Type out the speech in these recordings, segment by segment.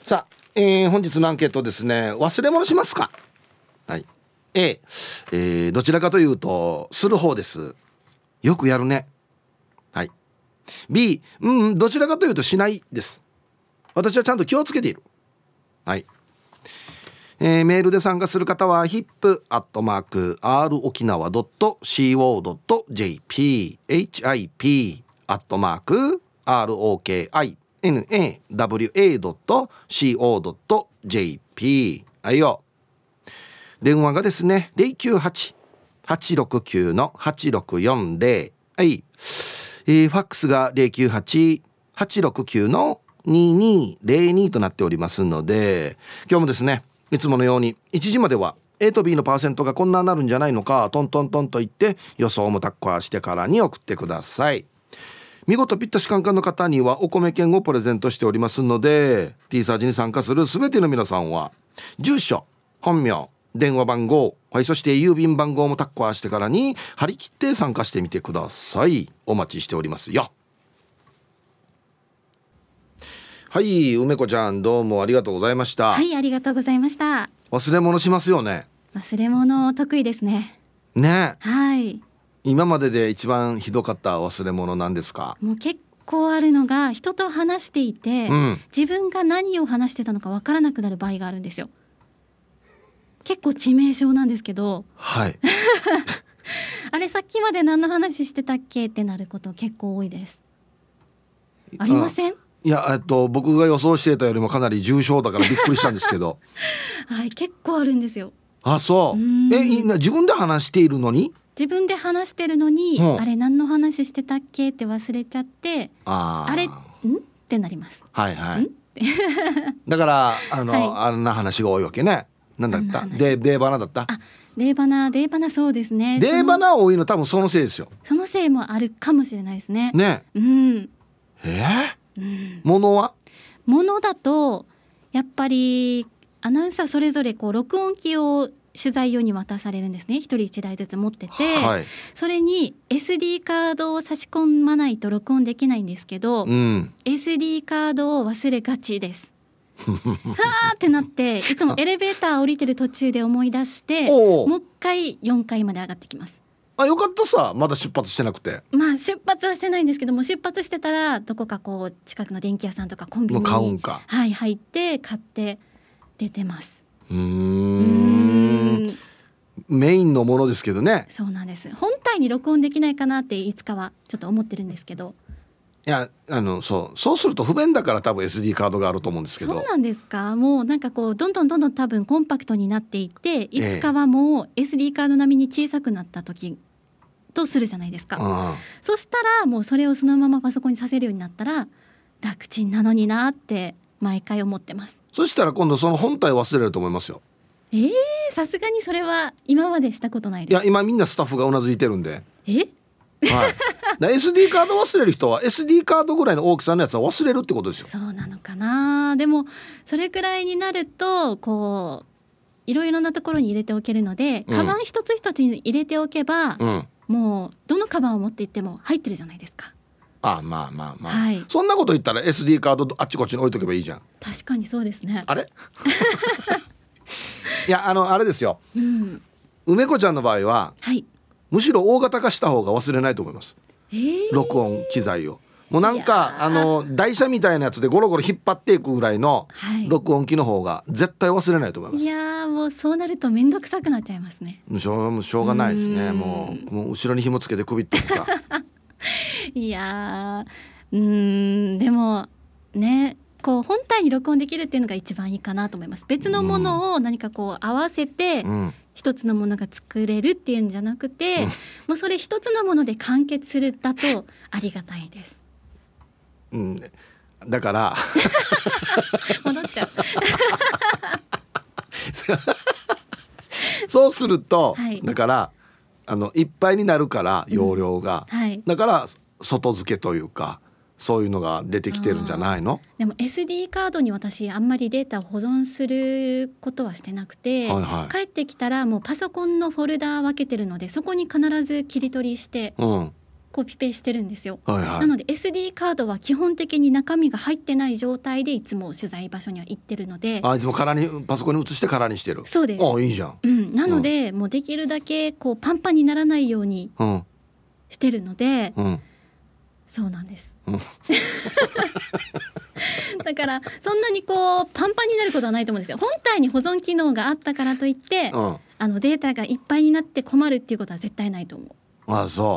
さあ、本日のアンケートですね。忘れ物しますか？はい。A、どちらかというとする方です。よくやるね。はい。B、どちらかというとしないです。私はちゃんと気をつけている。はい。メールで参加する方は hip@rokinawa.co.jp hip@rokinawa.co.jp はいよ。電話がですね 098-869-8640 はい、ファックスが 098-869-2202 となっておりますので、今日もですねいつものように1時までは A と B のパーセントがこんなになるんじゃないのかトントントンと言って予想もタッカーしてからに送ってください。見事ピッタシカンカンの方にはお米券をプレゼントしておりますので T サージに参加するすべての皆さんは住所、本名、電話番号、はい、そして郵便番号もタッカーしてからに張り切って参加してみてください。お待ちしておりますよ。はい、梅子ちゃんどうもありがとうございました。 はい、ありがとうございました。 忘れ物しますよね。 忘れ物得意ですね。 ね。 はい。 今までで一番ひどかった忘れ物なんですか？ もう結構あるのが、人と話していて、自分が何を話してたのかわからなくなる場合があるんですよ。結構致命傷なんですけど、 はいあれさっきまで何の話してたっけってなること結構多いです。ありません？ いや、僕が予想していたよりもかなり重症だからびっくりしたんですけどはい、結構あるんですよ。 あ、そう。自分で話しているのに自分で話してるのに、あれ何の話してたっけって忘れちゃって、あれってなります。 はいはい。だからはい、あんな話が多いわけね。なんだったデーバナだった。 デーバナそうですね。 デーバナ多いの多分そのせいですよ。 そのせいもあるかもしれないですね。 ね。物だとやっぱりアナウンサーそれぞれこう録音機を取材用に渡されるんですね。一人一台ずつ持ってて、はい、それに SD カードを差し込まないと録音できないんですけど、SD カードを忘れがちです。はーってなっていつもエレベーター降りてる途中で思い出してもう一回4階まで上がってきます。 よかったさ、まだ出発してなくて。 出発はしてないんですけども、出発してたらどこかこう近くの電気屋さんとかコンビニに買うんか、 はい、入って買って出てます。 メインのものですけどね。 そうなんです。本体に録音できないかなっていつかはちょっと思ってるんですけど、 いやそうすると不便だから多分 SD カードがあると思うんですけど。 そうなんですか。もうなんかこうどんどん多分コンパクトになっていっていつかはもう SD カード並みに小さくなった時とするじゃないですか。そしたらもうそれをそのままパソコンにさせるようになったら楽ちんなのになって毎回思ってます。 そしたら今度その本体忘れると思いますよ。 さすがにそれは今までしたことないです。 いや今みんなスタッフがうなずいてるんで。はい、SD カード忘れる人は SD カードぐらいの大きさのやつは忘れるってことですよ。 そうなのかな。でもそれくらいになるとこういろいろなところに入れておけるので、カバン一つ一つに入れておけば、もうどのカバンを持っていっても入ってるじゃないですか。 まあ、はい、そんなこと言ったら SD カードあっちこっちに置いとけばいいじゃん。 確かにそうですね。 あれいやあれですよ、梅子ちゃんの場合は、むしろ大型化した方が忘れないと思います。録音機材をもうなんか台車みたいなやつでゴロゴロ引っ張っていくぐらいの録音機の方が絶対忘れないと思います。 いやもうそうなると面倒くさくなっちゃいますね。 しょうがないですね。もう後ろに紐つけて首っていうかいやでもねこう本体に録音できるっていうのが一番いいかなと思います。別のものを何かこう合わせて一つのものが作れるっていうんじゃなくて、もうそれ一つのもので完結するだとありがたいです。 だから戻っちゃうそうすると、だからいっぱいになるから容量が、だから外付けというかそういうのが出てきてるんじゃないの。 でも SD カードに私あんまりデータを保存することはしてなくて、帰ってきたらもうパソコンのフォルダ分けてるのでそこに必ず切り取りしてコピペしてるんですよ、 はいはい、 なので SD カードは基本的に中身が入ってない状態でいつも取材場所には行ってるので、 いつも空にパソコンに移して空にしてる。 そうです。 いいじゃん、 なので、もうできるだけこうパンパンにならないようにしてるので、そうなんです、だからそんなにこうパンパンになることはないと思うんですよ。本体に保存機能があったからといって、データがいっぱいになって困るっていうことは絶対ないと思う。 そう、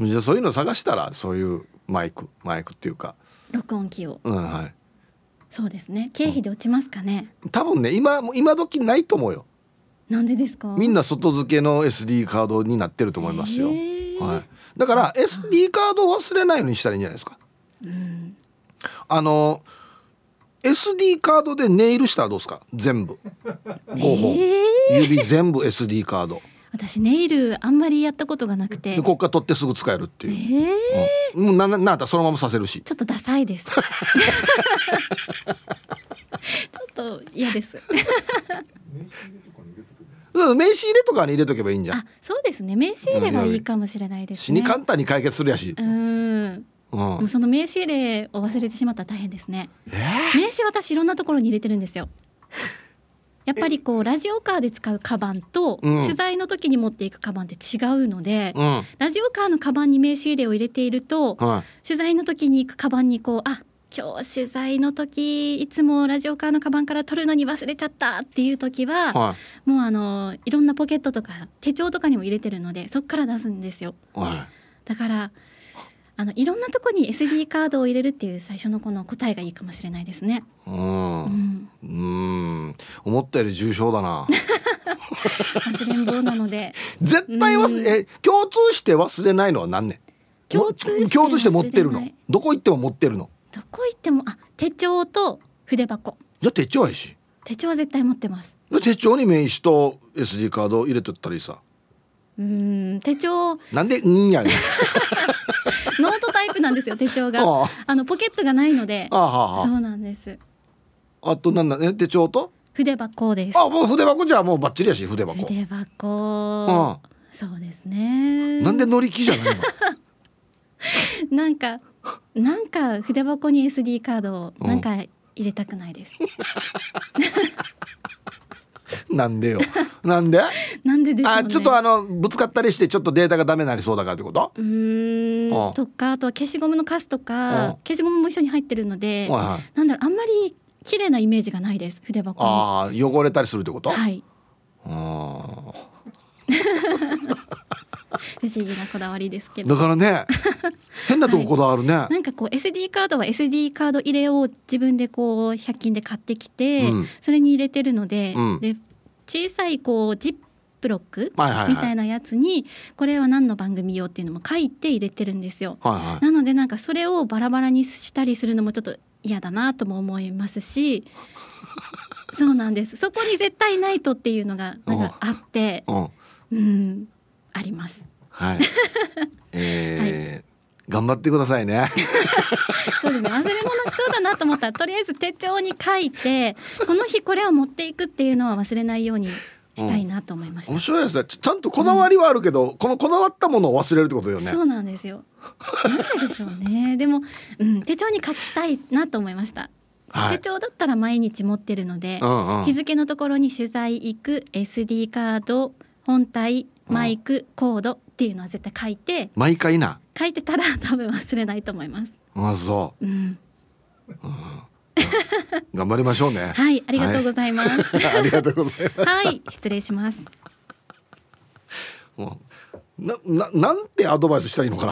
じゃあそういうの探したら、そういうマイクっていうか録音機を、 はい、 そうですね。経費で落ちますかね、 多分ね、今時ないと思うよ。 なんでですか？ みんな外付けの SD カードになってると思いますよ、はい、だから SD カードを忘れないようにしたらいいんじゃないですか。SD カードでネイルしたらどうですか？全部5本、指全部 SD カード。 私ネイルあんまりやったことがなくて、 でこっから取ってすぐ使えるっていう、もうなんだそのままさせるし、 ちょっとダサいですちょっと嫌です名刺入れとかに入れとけばいいんじゃん。 そうですね、名刺入れはいいかもしれないですね。 死に簡単に解決するやし、 もうその名刺入れを忘れてしまったら大変ですね。名刺私いろんなところに入れてるんですよ。やっぱりこうラジオカーで使うカバンと、取材の時に持っていくカバンって違うので、ラジオカーのカバンに名刺入れを入れていると、取材の時に行くカバンにこう今日取材の時いつもラジオカーのカバンから取るのに忘れちゃったっていう時は、もういろんなポケットとか手帳とかにも入れてるので、そっから出すんですよ。だからいろんなとこに SD カードを入れるっていう最初のこの答えがいいかもしれないですね。 思ったより重症だな忘れん坊なので絶対共通して忘れないのは何年？共通して持ってるの？どこ行っても持ってるの？ どこ行っても手帳と筆箱。 じゃあ手帳やし。 手帳は絶対持ってます。 手帳に名刺と SD カード入れとったりさ。 手帳なんでやねノートタイプなんですよ手帳がポケットがないので。そうなんです。あと手帳と筆箱です。 もう筆箱じゃもうバッチリやし。筆箱そうですね。 なんで乗り気じゃないのなんか筆箱に SD カードをなんか入れたくないですなんでよなんででしょうね。 ちょっとぶつかったりしてちょっとデータがダメになりそうだからってこと？ とか、あとは消しゴムのカスとか消しゴムも一緒に入ってるので、あんまり綺麗なイメージがないです筆箱に。 汚れたりするってこと？ はい不思議なこだわりですけど。 だからね変なとここだわるね、 なんかこう SD カードは SD カード入れを自分でこう100均で買ってきて、それに入れてるので、で小さいこうジップロックみたいなやつにこれは何の番組用っていうのも書いて入れてるんですよ、なのでなんかそれをバラバラにしたりするのもちょっと嫌だなとも思いますしそうなんです。そこに絶対ないとっていうのがなんかあってあります。 はい頑張ってくださいねそうですね。忘れ物しそうだなと思ったらとりあえず手帳に書いてこの日これを持っていくっていうのは忘れないようにしたいなと思いました。 面白いですね。ちゃんとこだわりはあるけど、このこだわったものを忘れるってことよね。 そうなんですよ。なんででしょうね。でも、手帳に書きたいなと思いました、手帳だったら毎日持ってるので、日付のところに取材行く SD カード本体マイクコードっていうのは絶対書いて毎回書いてたら多分忘れないと思います。 そう、頑張りましょうね。 はい、ありがとうございます、 ありがとうございます。 はい、失礼します。 もうなんてアドバイスしたらいいのかな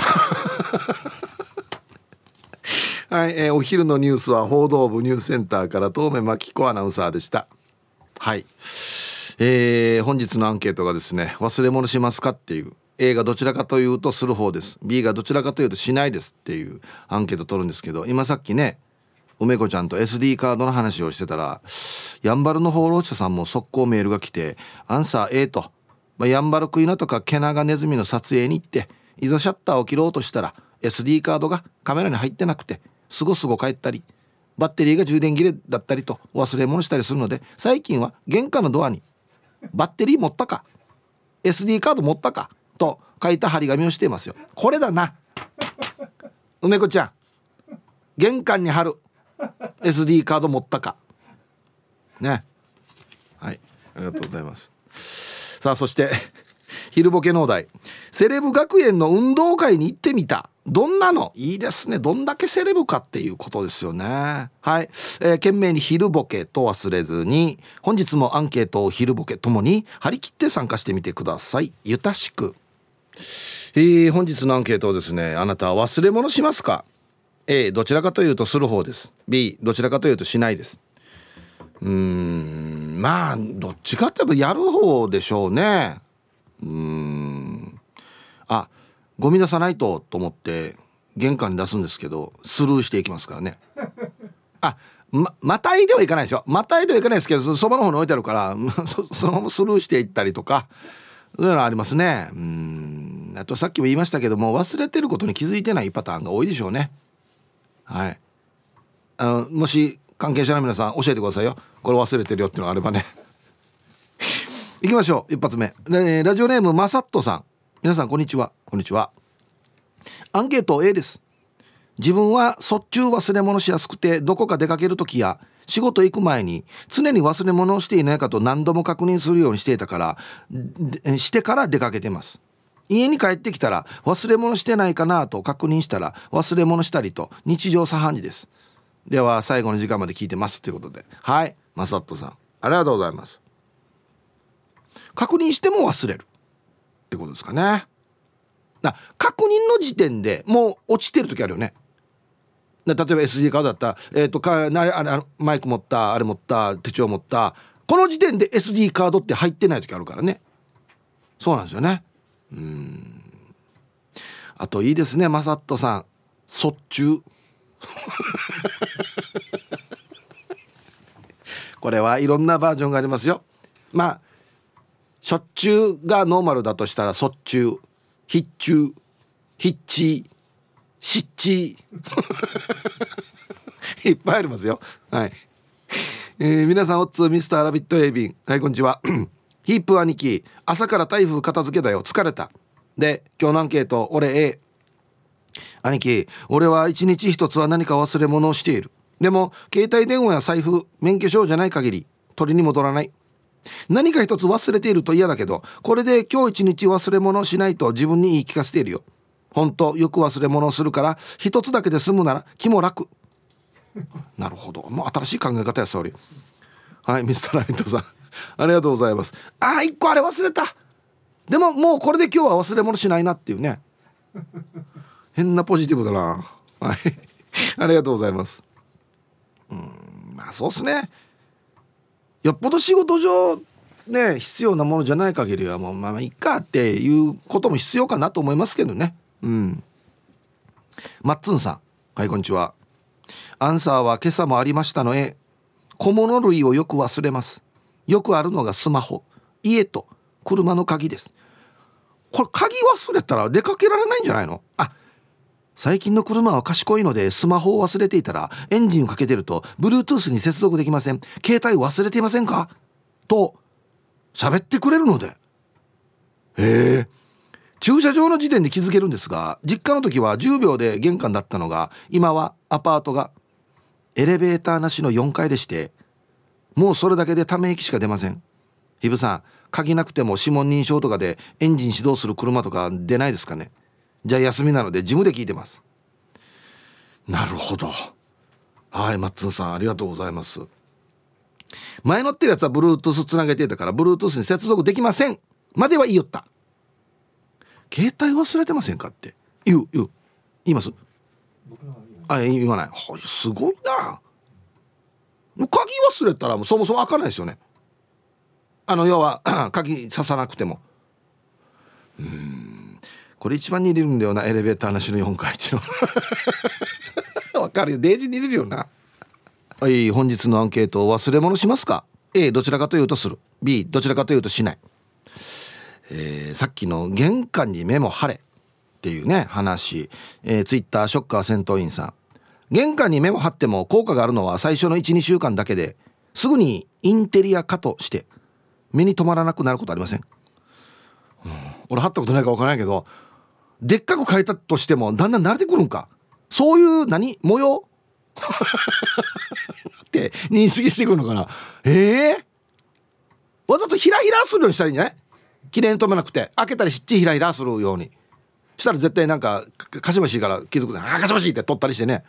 はい、お昼のニュースは報道部ニュースセンターから東目真紀子アナウンサーでした。はい、本日のアンケートがですね、忘れ物しますかっていう、 A がどちらかというとする方です、 B がどちらかというとしないですっていうアンケート取るんですけど、今さっきね梅子ちゃんと SD カードの話をしてたら、やんばるの放浪者さんも速攻メールが来て、アンサー A と、やんばるクイナとかケナガネズミの撮影に行って、いざシャッターを切ろうとしたら SD カードがカメラに入ってなくてすご帰ったり、バッテリーが充電切れだったりと忘れ物したりするので、最近は玄関のドアにバッテリー持ったか SD カード持ったかと書いた張り紙をしていますよ。これだな、梅子ちゃん、玄関に貼る SD カード持ったかね。はい、ありがとうございます。さあ、そして昼ボケのお題、セレブ学園の運動会に行ってみた。どんなの？いいですね。どんだけセレブかっていうことですよね。はい、懸命に昼ボケと忘れずに、本日もアンケートを昼ボケともに張り切って参加してみてください。ゆたしく。本日のアンケートをですね、あなたは忘れ物しますか？ A どちらかというとする方です。 B どちらかというとしないです。まあどっちかって言えばやる方でしょうね。ゴミ出さないと思って玄関に出すんですけど、スルーしていきますからね。またいではいかないですよ。またいではいかないですけど、そばの方に置いてあるからそのままスルーしていったりとか、そういうのありますね。あとさっきも言いましたけども、忘れてることに気づいてないパターンが多いでしょうね。はい、もし関係者の皆さん教えてくださいよ。これ忘れてるよっていうのがあればね。行きましょう。一発目、ラジオネームまさっとさん。皆さんこんにちは。こんにちは。アンケート A です。自分はしょっちゅう忘れ物しやすくて、どこか出かけるときや仕事行く前に常に忘れ物をしていないかと何度も確認するようにしてから出かけてます。家に帰ってきたら忘れ物してないかなと確認したら忘れ物したりと日常茶飯事です。では最後の時間まで聞いてますということで、はい、まさっとさんありがとうございます。確認しても忘れるってことですかね。確認の時点でもう落ちてる時あるよね。例えば SD カードだったら、マイク持った、あれ持った、手帳持った、この時点で SD カードって入ってない時あるからね。そうなんですよね。あといいですね、まさっとさん、そっちゅうこれはいろんなバージョンがありますよ。まあしょっちゅうがノーマルだとしたら、そっちゅう、ひっちゅう、ひっちー、しっちーいっぱいありますよ。はい、皆さんおっつーミスターラビットエイビン、はいこんにちは。ヒープ兄貴、朝から台風片付けだよ、疲れた。で今日のアンケート、俺 A。 兄貴、俺は一日一つは何か忘れ物をしている。でも携帯電話や財布、免許証じゃない限り取りに戻らない。何か一つ忘れていると嫌だけど、これで今日一日忘れ物をしないと自分に言い聞かせているよ。本当よく忘れ物をするから一つだけで済むなら気も楽。なるほど、もう新しい考え方やさおり。はい、ミスターラビットさんありがとうございます。一個あれ忘れた。でももうこれで今日は忘れ物しないなっていうね。変なポジティブだな。はいありがとうございます。まあそうっすね。よっぽど仕事上ね必要なものじゃない限りはもうまあいいかっていうことも必要かなと思いますけどね。マッツンさん、はいこんにちは。アンサーは今朝もありましたので、小物類をよく忘れます。よくあるのがスマホ、家と車の鍵です。これ鍵忘れたら出かけられないんじゃないの？最近の車は賢いので、スマホを忘れていたらエンジンをかけてると Bluetooth に接続できません、携帯忘れていませんかと喋ってくれるので、駐車場の時点で気づけるんですが、実家の時は10秒で玄関だったのが、今はアパートがエレベーターなしの4階でして、もうそれだけでため息しか出ません。ひぶさん、鍵なくても指紋認証とかでエンジン始動する車とか出ないですかね？じゃあ休みなのでジムで聞いてます。なるほど。はい、マッツンさんありがとうございます。前乗ってるやつは Bluetooth つなげてたから Bluetooth に接続できませんまでは言いよった。携帯忘れてませんかって言います？言わない。すごいな。鍵忘れたらもうそもそも開かないですよね。要は鍵刺さなくても。これ一番に入れるんだよな、エレベーターなしの4階っていうのわかるよ、デージに入れるよな。はい、本日のアンケート、忘れ物しますか？ A どちらかというとする、 B どちらかというとしない。さっきの玄関にメモ貼れっていうね話、ツイッターショッカー戦闘員さん、玄関にメモ貼っても効果があるのは最初の 1,2 週間だけで、すぐにインテリア化として目に留まらなくなることありません？ 俺貼ったことないか分からないけど、でっかく書いたとしてもだんだん慣れてくるんか、そういう模様って認識してくるのかな。わざとヒラヒラするようにしたらいいんじゃない？綺麗に止めなくて開けたりしっちりヒラヒラするようにしたら絶対なんかかしましいから気づくね。かしましいって取ったりしてね。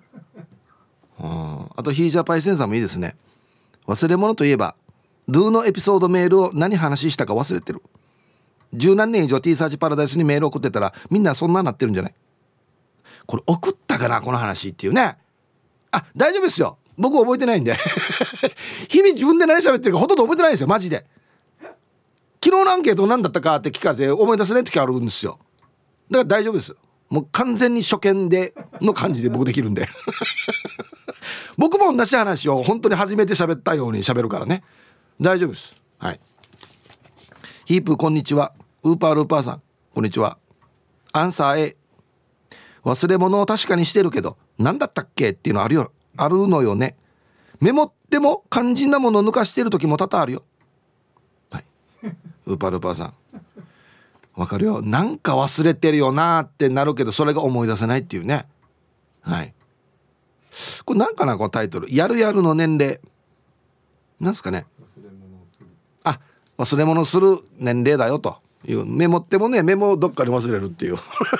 あとヒージャーパイセンさんもいいですね。忘れ物といえばドゥのエピソードメールを何話したか忘れてる。十何年以上 T サーチパラダイスにメール送ってたらみんなそんななってるんじゃない？これ送ったかなこの話っていうね。あ、大丈夫ですよ、僕覚えてないんで日々自分で何喋ってるかほとんど覚えてないんですよマジで。昨日のアンケート何だったかって聞かれて思い出せない時あるんですよ。だから大丈夫です。もう完全に初見での感じで僕できるんで僕も同じ話を本当に初めて喋ったように喋るからね、大丈夫です。はい。ヒープこんにちは。ウーパールーパーさんこんにちは。アンサー A、 忘れ物を確かにしてるけど何だったっけっていうのあるのよね。メモっても肝心なものを抜かしてる時も多々あるよ。はい、ウーパールーパーさんわかるよ。なんか忘れてるよなってなるけどそれが思い出せないっていうね。はい、これなんかなこのタイトル、やるの年齢なんすかね。あ、忘れ物する年齢だよという。メモってもね、メモをどっかに忘れるっていう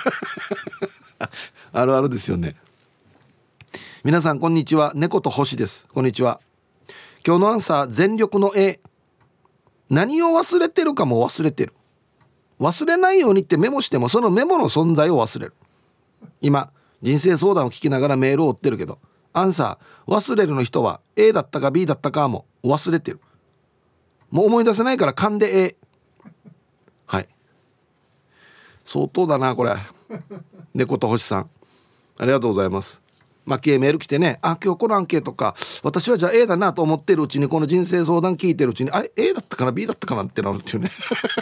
あるあるですよね。皆さんこんにちは、猫と星です。こんにちは。今日のアンサー全力の A、 何を忘れてるかも忘れてる。忘れないようにってメモしてもそのメモの存在を忘れる。今人生相談を聞きながらメールを追ってるけど、アンサー忘れるの人は A だったか B だったかも忘れてる。もう思い出せないから勘で A。 はい、相当だなこれ猫と星さんありがとうございます。マッキーメール来てね、あ、今日このアンケートか、私はじゃあ A だなと思ってるうちにこの人生相談聞いてるうちにあれ A だったかな B だったかなってなるっていうね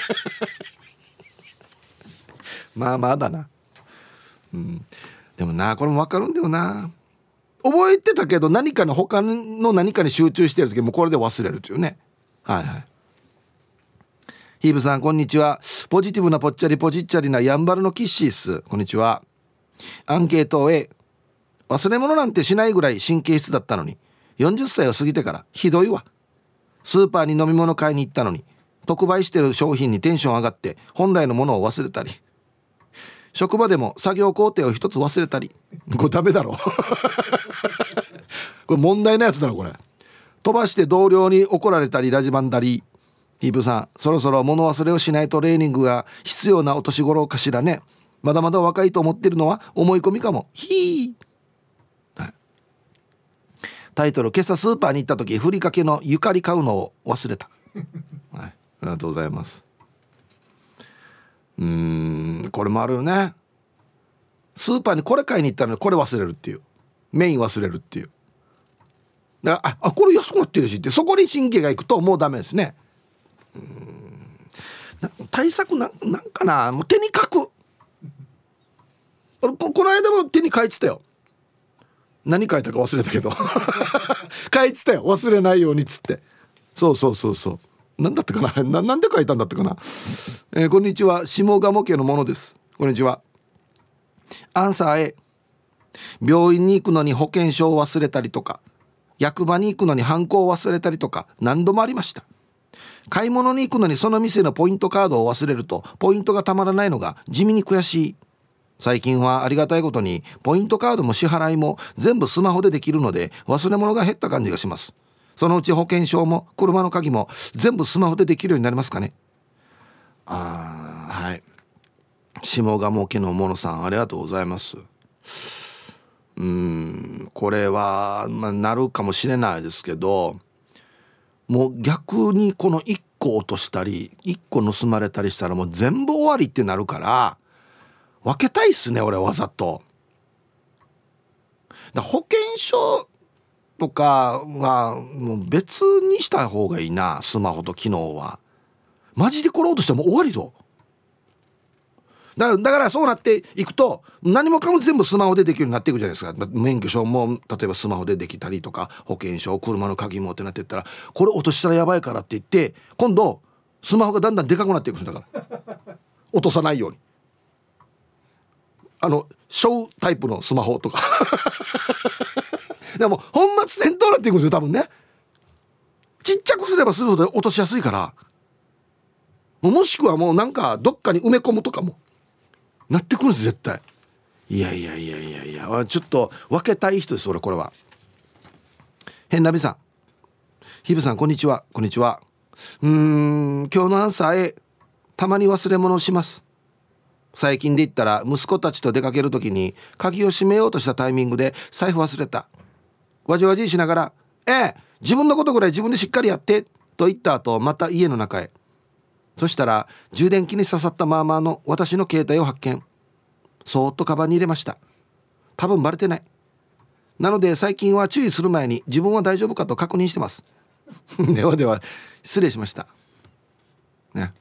まあまあだな、うん、でもなこれも分かるんだよな。覚えてたけど何かの他の何かに集中してる時もこれで忘れるというね。はいはい。ヒーブさんこんにちは。ポジティブなぽっちゃりポジッチャリなやんばるのキッシースこんにちは。アンケート A、 忘れ物なんてしないぐらい神経質だったのに40歳を過ぎてからひどいわ。スーパーに飲み物買いに行ったのに特売してる商品にテンション上がって本来のものを忘れたり、職場でも作業工程を一つ忘れたり。これダメだろこれ問題なやつだろこれ。飛ばして同僚に怒られたりラジバンだり。ヒープさんそろそろ物忘れをしないトレーニングが必要なお年頃かしらね。まだまだ若いと思ってるのは思い込みかも。ヒー、はい、タイトル今朝スーパーに行った時ふりかけのゆかり買うのを忘れたはい、ありがとうございます。これもあるよね。スーパーにこれ買いに行ったのにこれ忘れるっていう、メイン忘れるっていう。だからあこれ安くなってるしってそこに神経がいくともうダメですね。対策なんかな、もう手に書く。この間も手に書いてたよ。何書いたか忘れたけど書いてたよ、忘れないようにっつって。そうなんだったかな、なんで書いたんだったかな。こんにちは、下鴨家のものです。こんにちは。アンサー A、 病院に行くのに保険証を忘れたりとか、役場に行くのにハンコを忘れたりとか何度もありました。買い物に行くのにその店のポイントカードを忘れるとポイントがたまらないのが地味に悔しい。最近はありがたいことにポイントカードも支払いも全部スマホでできるので忘れ物が減った感じがします。そのうち保険証も車の鍵も全部スマホでできるようになりますかね。はい、下鴨家のものさんありがとうございます。これは、なるかもしれないですけど、もう逆にこの1個落としたり1個盗まれたりしたらもう全部終わりってなるから分けたいっすね俺わざと。保険証とかはもう別にした方がいいな。スマホと機能はマジでこれ落としたらもう終わりぞ。だからそうなっていくと何もかも全部スマホでできるようになっていくじゃないですか。免許証も例えばスマホでできたりとか保険証車の鍵もってなっていったらこれ落としたらやばいからって言って今度スマホがだんだんでかくなっていくんだから落とさないように、ショータイプのスマホとかでも本末転倒なっていくんですよ多分ね。ちっちゃくすればするほど落としやすいから、もしくはもうなんかどっかに埋め込むとかもなってくるんです絶対。いやちょっと分けたい人です俺これは。変なびさん、ひぶさんこんにちは。こんにちは。今日の朝たまに忘れ物をします。最近で言ったら息子たちと出かけるときに鍵を閉めようとしたタイミングで財布忘れた。わじわじしながら自分のことぐらい自分でしっかりやってと言った後、また家の中へ。そしたら充電器に刺さったままの私の携帯を発見。そーっとカバンに入れました。多分バレてない。なので最近は注意する前に自分は大丈夫かと確認してますでは失礼しましたね。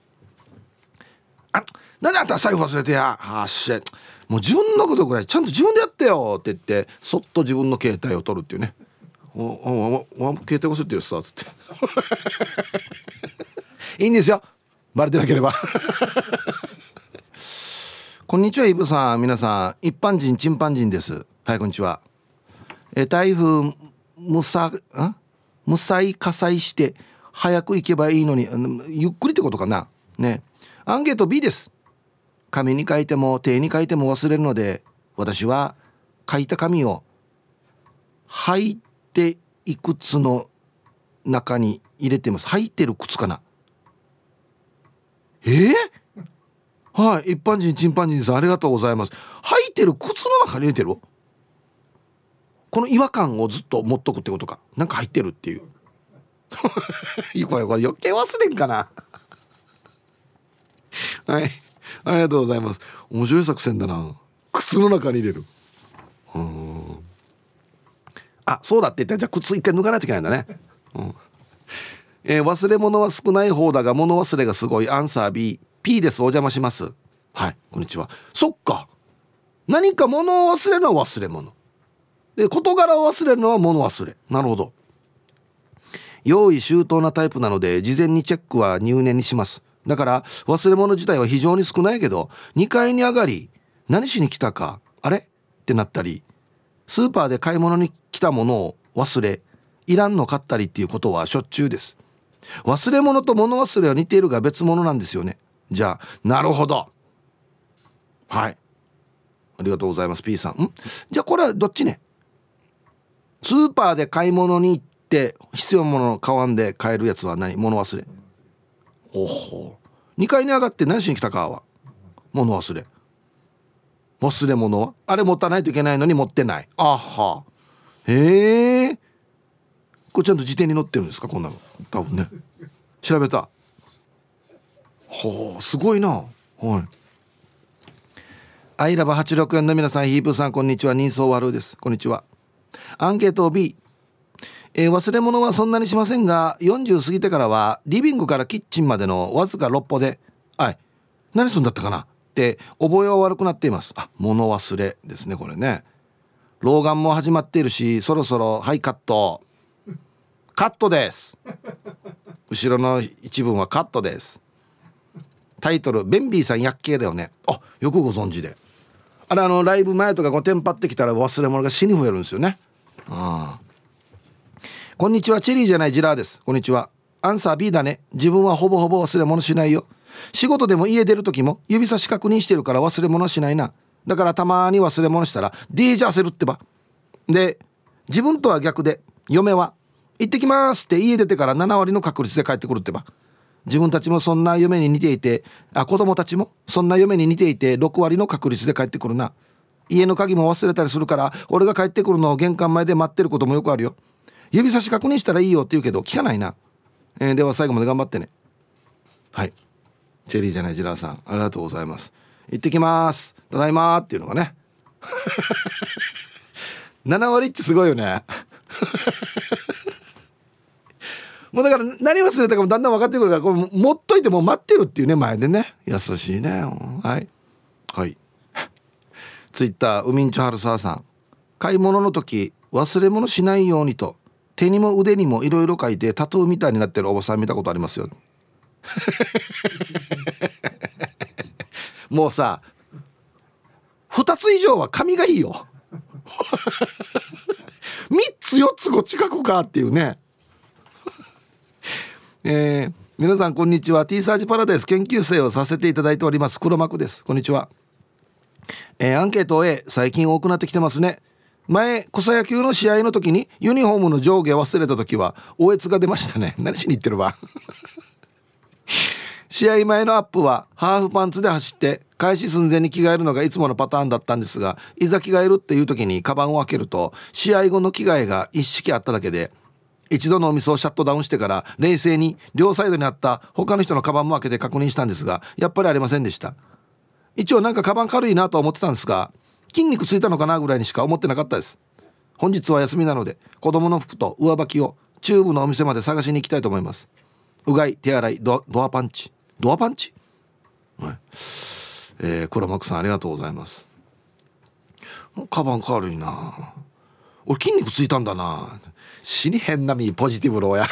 なんであんた財布忘れてやもう自分のことぐらいちゃんと自分でやってよって言ってそっと自分の携帯を取るっていうね。携帯忘れてるさつっていいんですよバレてなければこんにちはイブさん、皆さん一般人チンパンジンです。はい、こんにちは。台風無災火災して早く行けばいいのにゆっくりってことかなね。アンケート B です。紙に書いても手に書いても忘れるので、私は書いた紙を履いていくつの中に入れてます。履いてる靴かな。はい、一般人チンパンジンさんありがとうございます。履いてる靴の中に入れてる。この違和感をずっと持っとくってことか。なんか入ってるっていうこれ余計忘れんかなはい、ありがとうございます。面白い作戦だな。靴の中に入れる。そうだって言ったらじゃあ靴一回脱がないといけないんだね。忘れ物は少ない方だが物忘れがすごい。アンサー B。P です。お邪魔します。はい、こんにちは。そっか、何か物を忘れるのは忘れ物で、事柄を忘れるのは物忘れ。なるほど。用意周到なタイプなので事前にチェックは入念にします。だから忘れ物自体は非常に少ないけど、2階に上がり何しに来たかあれってなったり、スーパーで買い物に来たものを忘れいらんの買ったりっていうことはしょっちゅうです。忘れ物と物忘れは似ているが別物なんですよね。じゃあなるほど、はい、ありがとうございます。 P さん。じゃあこれはどっちね。スーパーで買い物に行って必要なものを買わんで買えるやつは何？物忘れ。2階に上がって何しに来たかは物忘れ。忘れ物はあれ持たないといけないのに持ってない。これちゃんと辞典に載ってるんですか？こんなの多分ね。調べた。すごいな。はい。アイラバ864の皆さん、ヒープさんこんにちは。人相悪です。こんにちは。アンケート B。忘れ物はそんなにしませんが、40過ぎてからはリビングからキッチンまでのわずか6歩で何するんだったかなって覚えは悪くなっています。物忘れですねこれね。老眼も始まっているし、そろそろカットです。後ろの一文はカットです。タイトルベンビーさん薬系だよね。よくご存知で。ライブ前とかテンパってきたら忘れ物が死に増えるんですよね。こんにちは、チェリーじゃないジラーです。こんにちは。アンサー B だね。自分はほぼほぼ忘れ物しないよ。仕事でも家出る時も指差し確認してるから忘れ物はしないな。だからたまに忘れ物したらデージ焦るってば。で、自分とは逆で嫁は行ってきますって家出てから7割の確率で帰ってくるってば。自分たちもそんな嫁に似ていて、子供たちもそんな嫁に似ていて6割の確率で帰ってくるな。家の鍵も忘れたりするから俺が帰ってくるのを玄関前で待ってることもよくあるよ。指差し確認したらいいよって言うけど聞かないな。では最後まで頑張ってね。はい、チェリーじゃないジラーさんありがとうございます。行ってきますただいまっていうのがね7割ってすごいよねもうだから何忘れたかもだんだん分かってくるから、これ持っといてもう待ってるっていうね、前でね。優しいね。はいツイッターウミンチョハルサーさん、買い物の時忘れ物しないようにと手にも腕にもいろいろ書いてタトゥーみたいになってるおばさん見たことありますよもうさ2つ以上は紙がいいよ3つ4つこっち書くかっていうね皆さんこんにちは。 T サージパラダイス研究生をさせていただいております黒幕です。こんにちは。アンケート A、 最近多くなってきてますね。前草野球の試合の時にユニフォームの上下忘れた時はおえつが出ましたね。何しに行ってるわ試合前のアップはハーフパンツで走って開始寸前に着替えるのがいつものパターンだったんですが、いざ着替えるっていう時にカバンを開けると試合後の着替えが一式あっただけで、一度のお店をシャットダウンしてから冷静に両サイドにあった他の人のカバンも開けて確認したんですが、やっぱりありませんでした。一応なんかカバン軽いなとは思ってたんですが、筋肉ついたのかなぐらいにしか思ってなかったです。本日は休みなので子供の服と上履きを中部のお店まで探しに行きたいと思います。うがい手洗いドアパンチ、はい、黒幕さんありがとうございます。カバン軽いな、俺筋肉ついたんだな、死に変なみポジティブローや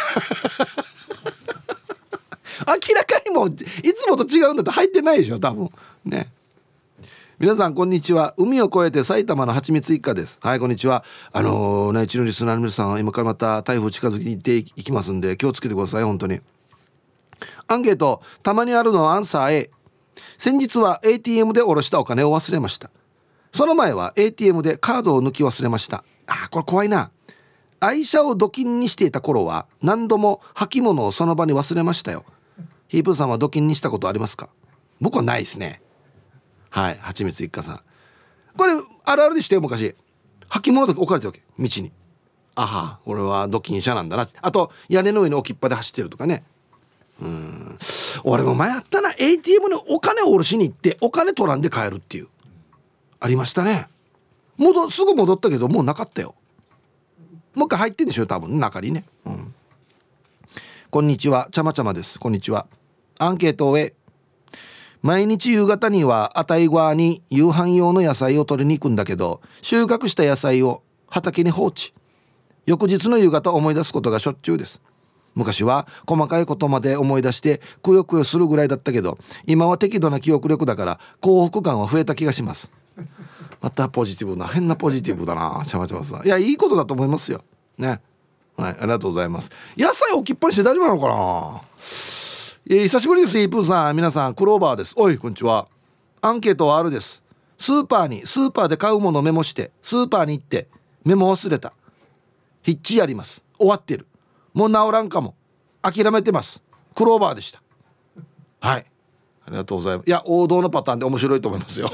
明らかにもういつもと違うんだって入ってないでしょ多分ね。皆さんこんにちは。海を越えて埼玉のはちみつ一家です。はい、こんにちは。内地のリスナーの皆さん、今からまた台風近づいていきますんで気をつけてください。本当に。アンケートたまにあるのはアンサー A。 先日は ATM で下ろしたお金を忘れました。その前は ATM でカードを抜き忘れました。これ怖いな。愛車をドキンにしていた頃は何度も履物をその場に忘れましたよ。ヒープーさんはドキンにしたことありますか？僕はないですね。はい、はちみつ一家さん、これあるあるでしたよ。昔履物とか置かれてるわけ道に。俺はドキン車なんだなって。あと屋根の上に置きっぱで走ってるとかね。俺も前あったな。 ATM にお金を下ろしに行ってお金取らんで帰るっていうありましたね。すぐ戻ったけどもうなかったよ。もう一回入ってんでしょ多分中にね。こんにちは、ちゃまちゃまです。こんにちは。アンケートを終え、毎日夕方にはあたい側に夕飯用の野菜を取りに行くんだけど、収穫した野菜を畑に放置。翌日の夕方思い出すことがしょっちゅうです。昔は細かいことまで思い出してくよくよするぐらいだったけど、今は適度な記憶力だから幸福感は増えた気がします。またポジティブな、変なポジティブだな、ちゃまちゃまさん。いや、いいことだと思いますよね。はい、ありがとうございます。野菜置きっぱにして大丈夫なのかな。久しぶりです。イープーさん、皆さんクローバーです。おい、こんにちは。アンケートはあるです。スーパーで買うものをメモして、スーパーに行ってメモ忘れた。ヒッチやります。終わってる。もう治らんかも。諦めてます。クローバーでした。はい、ありがとうございます。いや、王道のパターンで面白いと思いますよ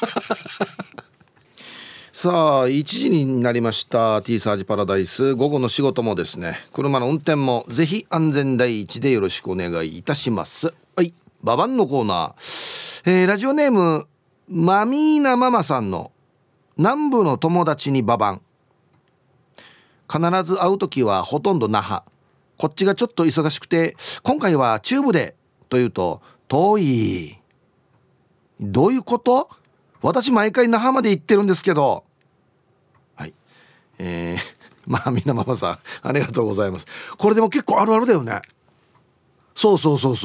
さあ、1時になりました。 T サージパラダイス、午後の仕事もですね、車の運転もぜひ安全第一でよろしくお願いいたします。はい、ババンのコーナー、ラジオネームマミーナママさんの南部の友達にババン。必ず会うときはほとんど那覇。こっちがちょっと忙しくて今回は中部でというと遠い。どういうこと？私毎回那覇まで行ってるんですけど。はい、まあみんなママさんありがとうございます。これでも結構あるあるだよね。そう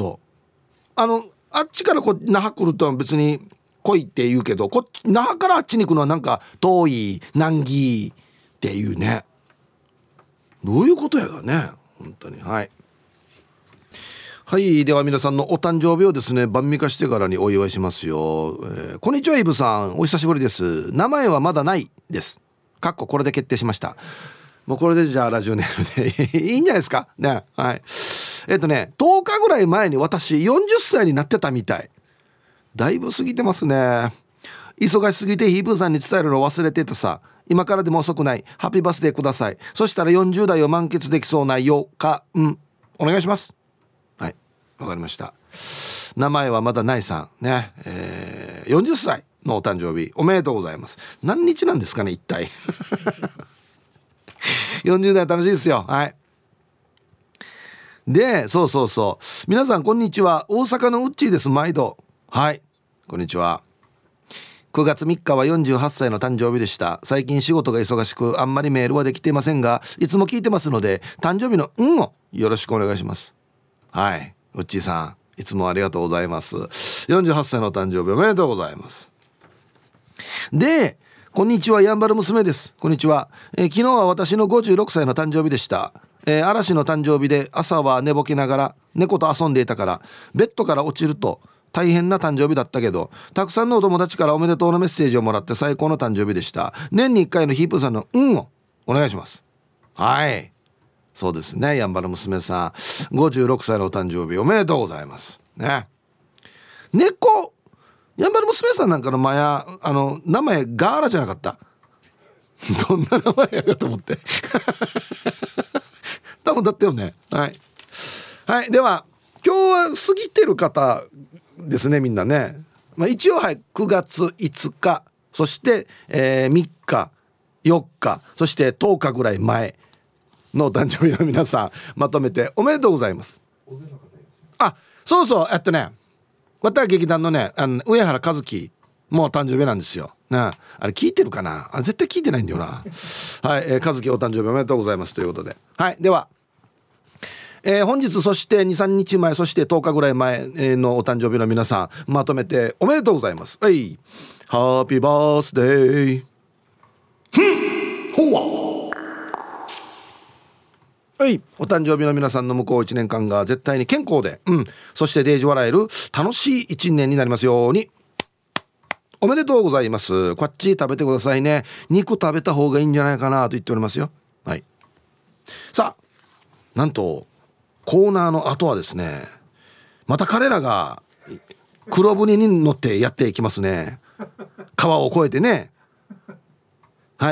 あっちから那覇来ると別に来いって言うけど、那覇からあっちに行くのはなんか遠い難儀っていうね。どういうことやがね本当に。はいはい、では皆さんのお誕生日をですね、晩御飯してからにお祝いしますよ。こんにちはイブさん、お久しぶりです。名前はまだないです。かっここれで決定しました。もうこれでじゃあラジオネームでいいんじゃないですかね。はい、10日ぐらい前に私40歳になってたみたい。だいぶ過ぎてますね。忙しすぎてヒープーさんに伝えるのを忘れてたさ。今からでも遅くない。ハッピーバースデーください。そしたら40代を満喫できそうな予感、お願いします。はい、わかりました。名前はまだないさんね、40歳のお誕生日おめでとうございます。何日なんですかね一体40代楽しいですよ。はい。で、そう皆さんこんにちは。大阪のウッチーです。毎度。はい、こんにちは。9月3日は48歳の誕生日でした。最近仕事が忙しくあんまりメールはできていませんが、いつも聞いてますので誕生日のをよろしくお願いします。はい、ウッチーさんいつもありがとうございます。48歳の誕生日おめでとうございます。で、こんにちは、やんばる娘です。こんにちは。昨日は私の56歳の誕生日でした。嵐の誕生日で朝は寝ぼけながら猫と遊んでいたからベッドから落ちると大変な誕生日だったけど、たくさんのお友達からおめでとうのメッセージをもらって最高の誕生日でした。年に1回のヒープさんのをお願いします。はい、そうですね、やんばる娘さん56歳のお誕生日おめでとうございますね。猫やんばる娘さんなんかの名前ガーラじゃなかった？どんな名前やかと思って多分だったよね。はい、はい、では今日は過ぎてる方ですね、みんなね。一応はい9月5日そして、3日4日そして10日ぐらい前のお誕生日の皆さんまとめておめでとうございます。あ、そうそう、わた劇団のね、上原和樹もう誕生日なんですよ。ね、あれ聞いてるかな？あれ絶対聞いてないんだよな。はい、和樹お誕生日おめでとうございますということで、はい、では、本日そして 2,3 日前そして10日ぐらい前のお誕生日の皆さんまとめておめでとうございます。はい、ハッピーバースデー。ほわ。はい、お誕生日の皆さんの向こう1年間が絶対に健康で、そしてデージ笑える楽しい1年になりますように。おめでとうございます。こっち食べてくださいね。肉食べた方がいいんじゃないかなと言っておりますよ。はい、さあ、なんとコーナーの後はですね、また彼らが黒船に乗ってやっていきますね。川を越えてね。はい、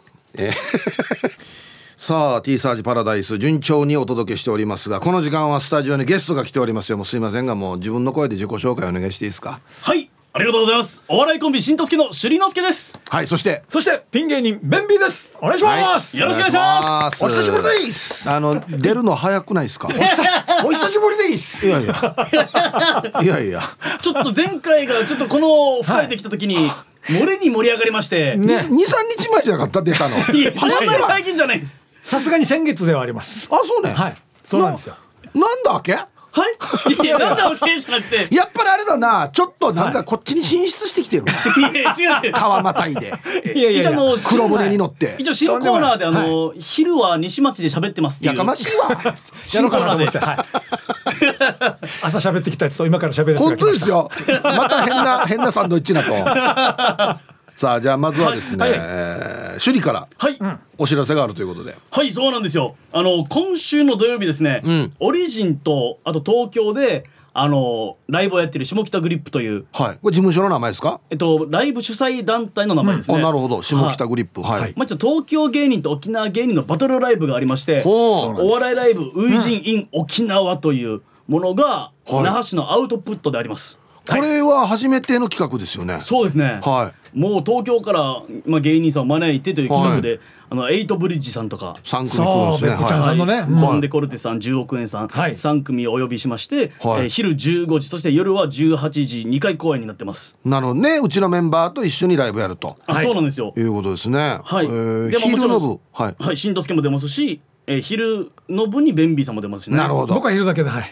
さあ T サージパラダイス順調にお届けしておりますが、この時間はスタジオにゲストが来ておりますよ。もうすいませんが、もう自分の声で自己紹介お願いしていいですか？ はい、ありがとうございます。お笑いコンビしんとすけのしゅりのすけです。 はい、そしてピン芸人ベンビーです。お願いします、 よろしくお願いします。 お久しぶりです。 出るの早くないですか？ お久しぶりです。 いやいやちょっと前回がちょっとこの2人で来た時に漏れに盛り上がりまして、 2、3日前じゃなかった出たの？ いやそんなに最近じゃないです。 さすがに先月ではあります。 あ、そうね。 はい、そうなんですよ。 なんだわけ？ はい、いやなんだわけじゃなくて、 やっぱりあれだな、ちょっとなんかこっちに進出してきてる、 いや違う川またいで一応黒船に乗って一応新コーナーで昼は西町で喋ってますっていうやかましいわ新コーナーで、 はい、朝喋ってきたやつと今から喋るやつが本当ですよ。また変なサンドイッチなとさあ、じゃあまずはですね、首里からお知らせがあるということで。 はい、そうなんですよ。今週の土曜日ですね、オリジンとあと東京でライブをやってる下北グリップという、 はい、これ事務所の名前ですか？ ライブ主催団体の名前ですね。 なるほど、下北グリップ。はい、 ちょっと東京芸人と沖縄芸人のバトルライブがありまして、お笑いライブウイジン in 沖縄というものが、那覇市のアウトプットであります。 これは初めての企画ですよね。 そうですね、もう東京から、芸人さんを招いてという企画で、エイトブリッジさんとか 3組来るんですね。 ベッコちゃんさんのね、 モンデコルテさん、10億円さん、3組お呼びしまして、昼15時そして夜は18時2回公演になってます。 なるほどね、うちのメンバーと一緒にライブやると。 そうなんですよ。 いうことですね。 はい、でも昼の部、 しんとすけも出ますし、昼の部にベンビーさんも出ますしね。 なるほど。 僕は昼だけで、はい、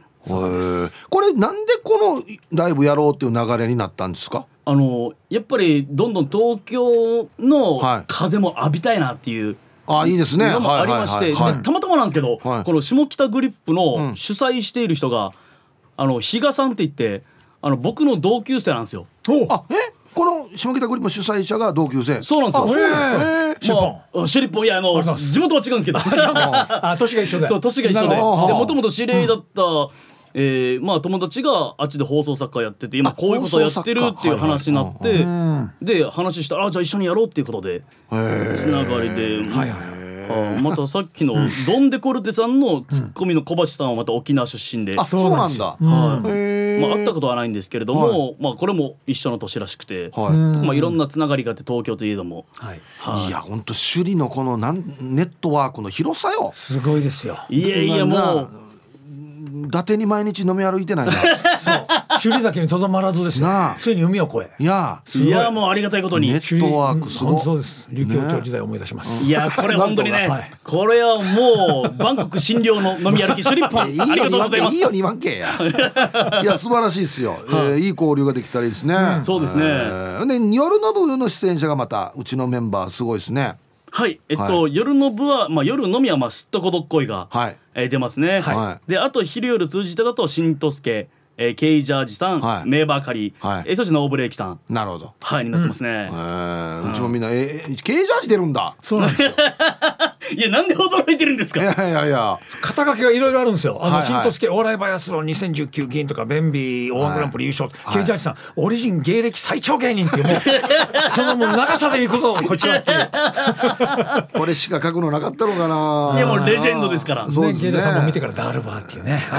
これなんでこのライブやろうっていう流れになったんですか？ やっぱりどんどん東京の風も浴びたいなっていう、 いいですね、 のもありまして、たまたまなんですけど、この下北グリップの主催している人が、比嘉さんって言って僕の同級生なんですよ。 この下北グリップの主催者が同級生？ そうなんですよ。シュリッポン、いや地元は違うんですけど年が一緒で、 そう年が一緒で、もともと知り合いだった、友達があっちで放送作家やってて、今こういうことやってるっていう話になって、で話したら、じゃあ一緒にやろうっていうことでつながりで、またさっきのドン・デコルテさんのツッコミの小橋さんはまた沖縄出身で、 そうなんだ。 会ったことはないんですけれども、これも一緒の年らしくて、いろんなつながりがあって、東京といえども、 いや本当首里のこのネットワークの広さよ。 すごいですよ。 いやもう伊達に毎日飲み歩いてないなそう首里崎にとどまらずですよ。ついに海を越え。 いやもうありがたいことにネットワークすごい。 そうです。琉球朝時代を思い出します。 いやこれ本当にね、これはもうバンコク診療の飲み歩き首里ポンありがとうございます。 いいよ2万件やいや素晴らしいですよ、いい交流ができたらいいですね、 そうですね。 で夜の部の出演者がまたうちのメンバーすごいですね。 はい、夜の部は、夜のみはすっとこどっこいが、出ますね、であと昼夜通じてだとしんとすけ、ケイジャージさん、メーバーカリー、そしてノーブレーキさん、 なるほど、 になってますね。 うちもみんな、ケイジャージ出るんだ。 そうなんですよいやなんで驚いてるんですか。 いや肩書きがいろいろあるんですよ。しんとすけお笑いバイアスロン2019銀とかベンビー O−1 グランプリ優勝、ケイジャージさんオリジン芸歴最長芸人っていうもうそのもう長さでいくぞこっちはっていうこれしか書くのなかったのかな。 いやもうレジェンドですから。 そうですね。 ケイジャーさんも見てからダールバーっていうね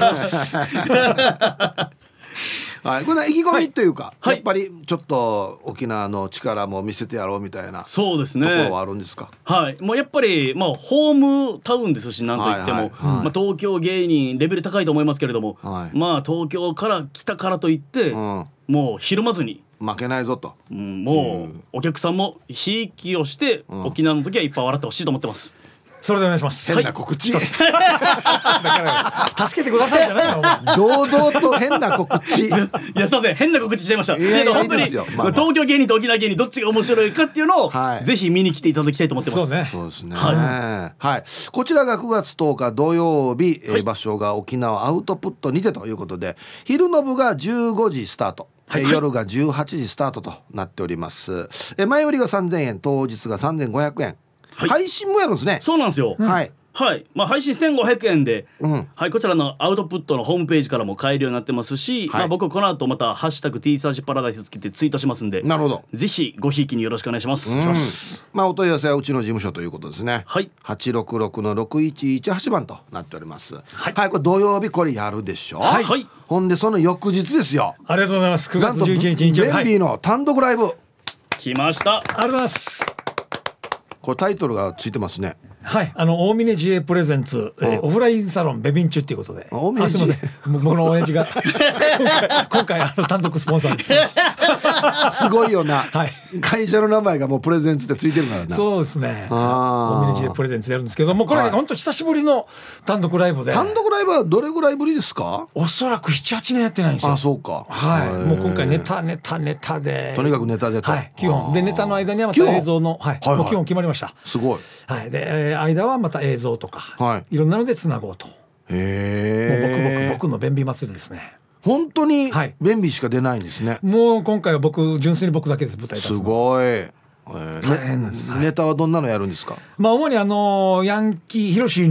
はい、これは意気込みというか、やっぱりちょっと沖縄の力も見せてやろうみたいなそうですねところはあるんですか。 はい、もうやっぱり、ホームタウンですし、なんといっても、東京芸人レベル高いと思いますけれども、東京から来たからといって、もうひるまずに負けないぞと、 もうお客さんもひいきをして、沖縄の時はいっぱい笑ってほしいと思ってます。 それでお願いします。 変な告知、 だから助けてくださいじゃないのお前堂々と変な告知いやすいません変な告知しちゃいました。 いや本当にいいですよ、 東京芸人と沖縄芸人どっちが面白いかっていうのを、ぜひ見に来ていただきたいと思ってます。 そうですね、はい、こちらが9月10日土曜日、場所が沖縄アウトプットにてということで、昼の部が15時スタート、夜が18時スタートとなっております。前売りが3000円、当日が3500円、配信もやるんですね。 そうなんですよ。はいはい、配信1500円で、こちらのアウトプットのホームページからも買えるようになってますし、僕この後またハッシュタグ T サージパラダイスつけてツイートしますんで、 なるほど、ぜひごひいきによろしくお願いします。 お問い合わせはうちの事務所ということですね。はい、866-6118番となっております。はい、これ土曜日これやるでしょ。はい、ほんでその翌日ですよ。 ありがとうございます。9月11日日曜日、 ベンビーの単独ライブ来ました。 ありがとうございます。 これタイトルがついてますね。 はい、大峰 GA プレゼンツ、オフラインサロンベビンチュっていうことで、すみません僕の親父が今回単独スポンサーですすごいよな、会社の名前がもうプレゼンツってついてるからな。 そうですね、大峰 GA プレゼンツでやるんですけども、これ本当久しぶりの単独ライブで。 単独ライブはどれぐらいぶりですか。 おそらく 7,8 年やってないんですよ。 そうか。 はい、もう今回ネタでとにかくネタでと、 基本でネタの間にはまた映像のもう基本決まりました。 すごい。 で間はまた映像とか、いろんなのでつなごうと。もう僕の便秘祭りですね。 本当に便秘しか出ないんですね。 もう今回は純粋に僕だけです。舞台立つのすごい。 大変なんです。 ネタはどんなのやるんですか。 主にヤンキーヒロシーに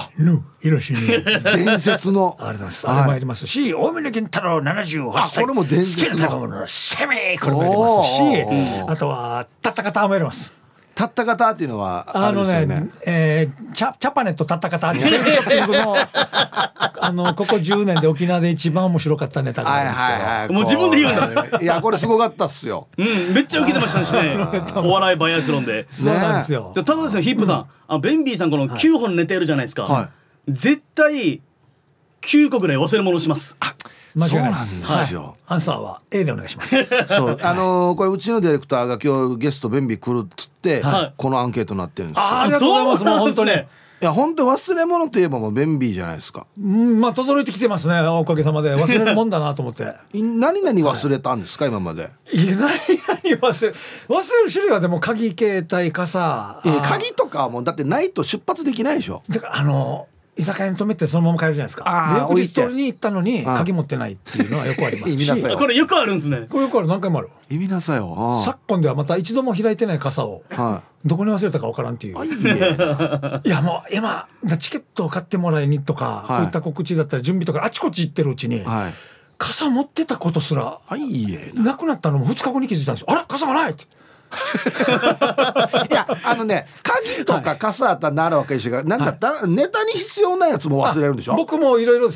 伝説のあれもやりますし、大峰健太郎78歳、 これも伝説の好きな食べ物のセミ、これもやりますし、あとはたった方もやります。 たった方っていうのはあれですよね。 チャパネットたった方っていうショッピングのここ10年で沖縄で一番面白かったネタがあるんですけど、 もう自分で言うんだ。 いやこれすごかったっすよ。 めっちゃ受けてましたしねお笑いバイアスロンで。 そうなんですよ。 ただですね、ヒップさん、ベンビーさんこの9本ネタやるじゃないですか。絶対9個ぐらい忘れ物します。 間違いないです。 アンサーは A でお願いします。 そうこれうちのディレクターが今日ゲストベンビー来るっつって、このアンケートになってるんですよ。 ありがとうございます。もう本当に。 いや本当忘れ物といえばもうベンビーじゃないですか。 届いてきてますね。おかげさまで忘れるもんだなと思って。 何々忘れたんですか、今まで。 何々忘れる種類はでも鍵、携帯、傘。 鍵とかはもうだってないと出発できないでしょ。 だから居酒屋に泊めてそのまま帰るじゃないですか。翌日取りに行ったのに鍵持ってないっていうのはよくありますし。 これよくあるんですね。 これよくある、何回もある。 意味なさよ。 昨今ではまた一度も開いてない傘をどこに忘れたかわからんっていう。いやもう今チケットを買ってもらいにとか、こういった告知だったり準備とかあちこち行ってるうちに、傘持ってたことすらなくなったのも2日後に気づいたんですよ。あれ傘がないって。 いや鍵とか傘あったらなるわけですが、なんだったネタに必要なやつも忘れるんでしょ。 僕もいろいろですよ。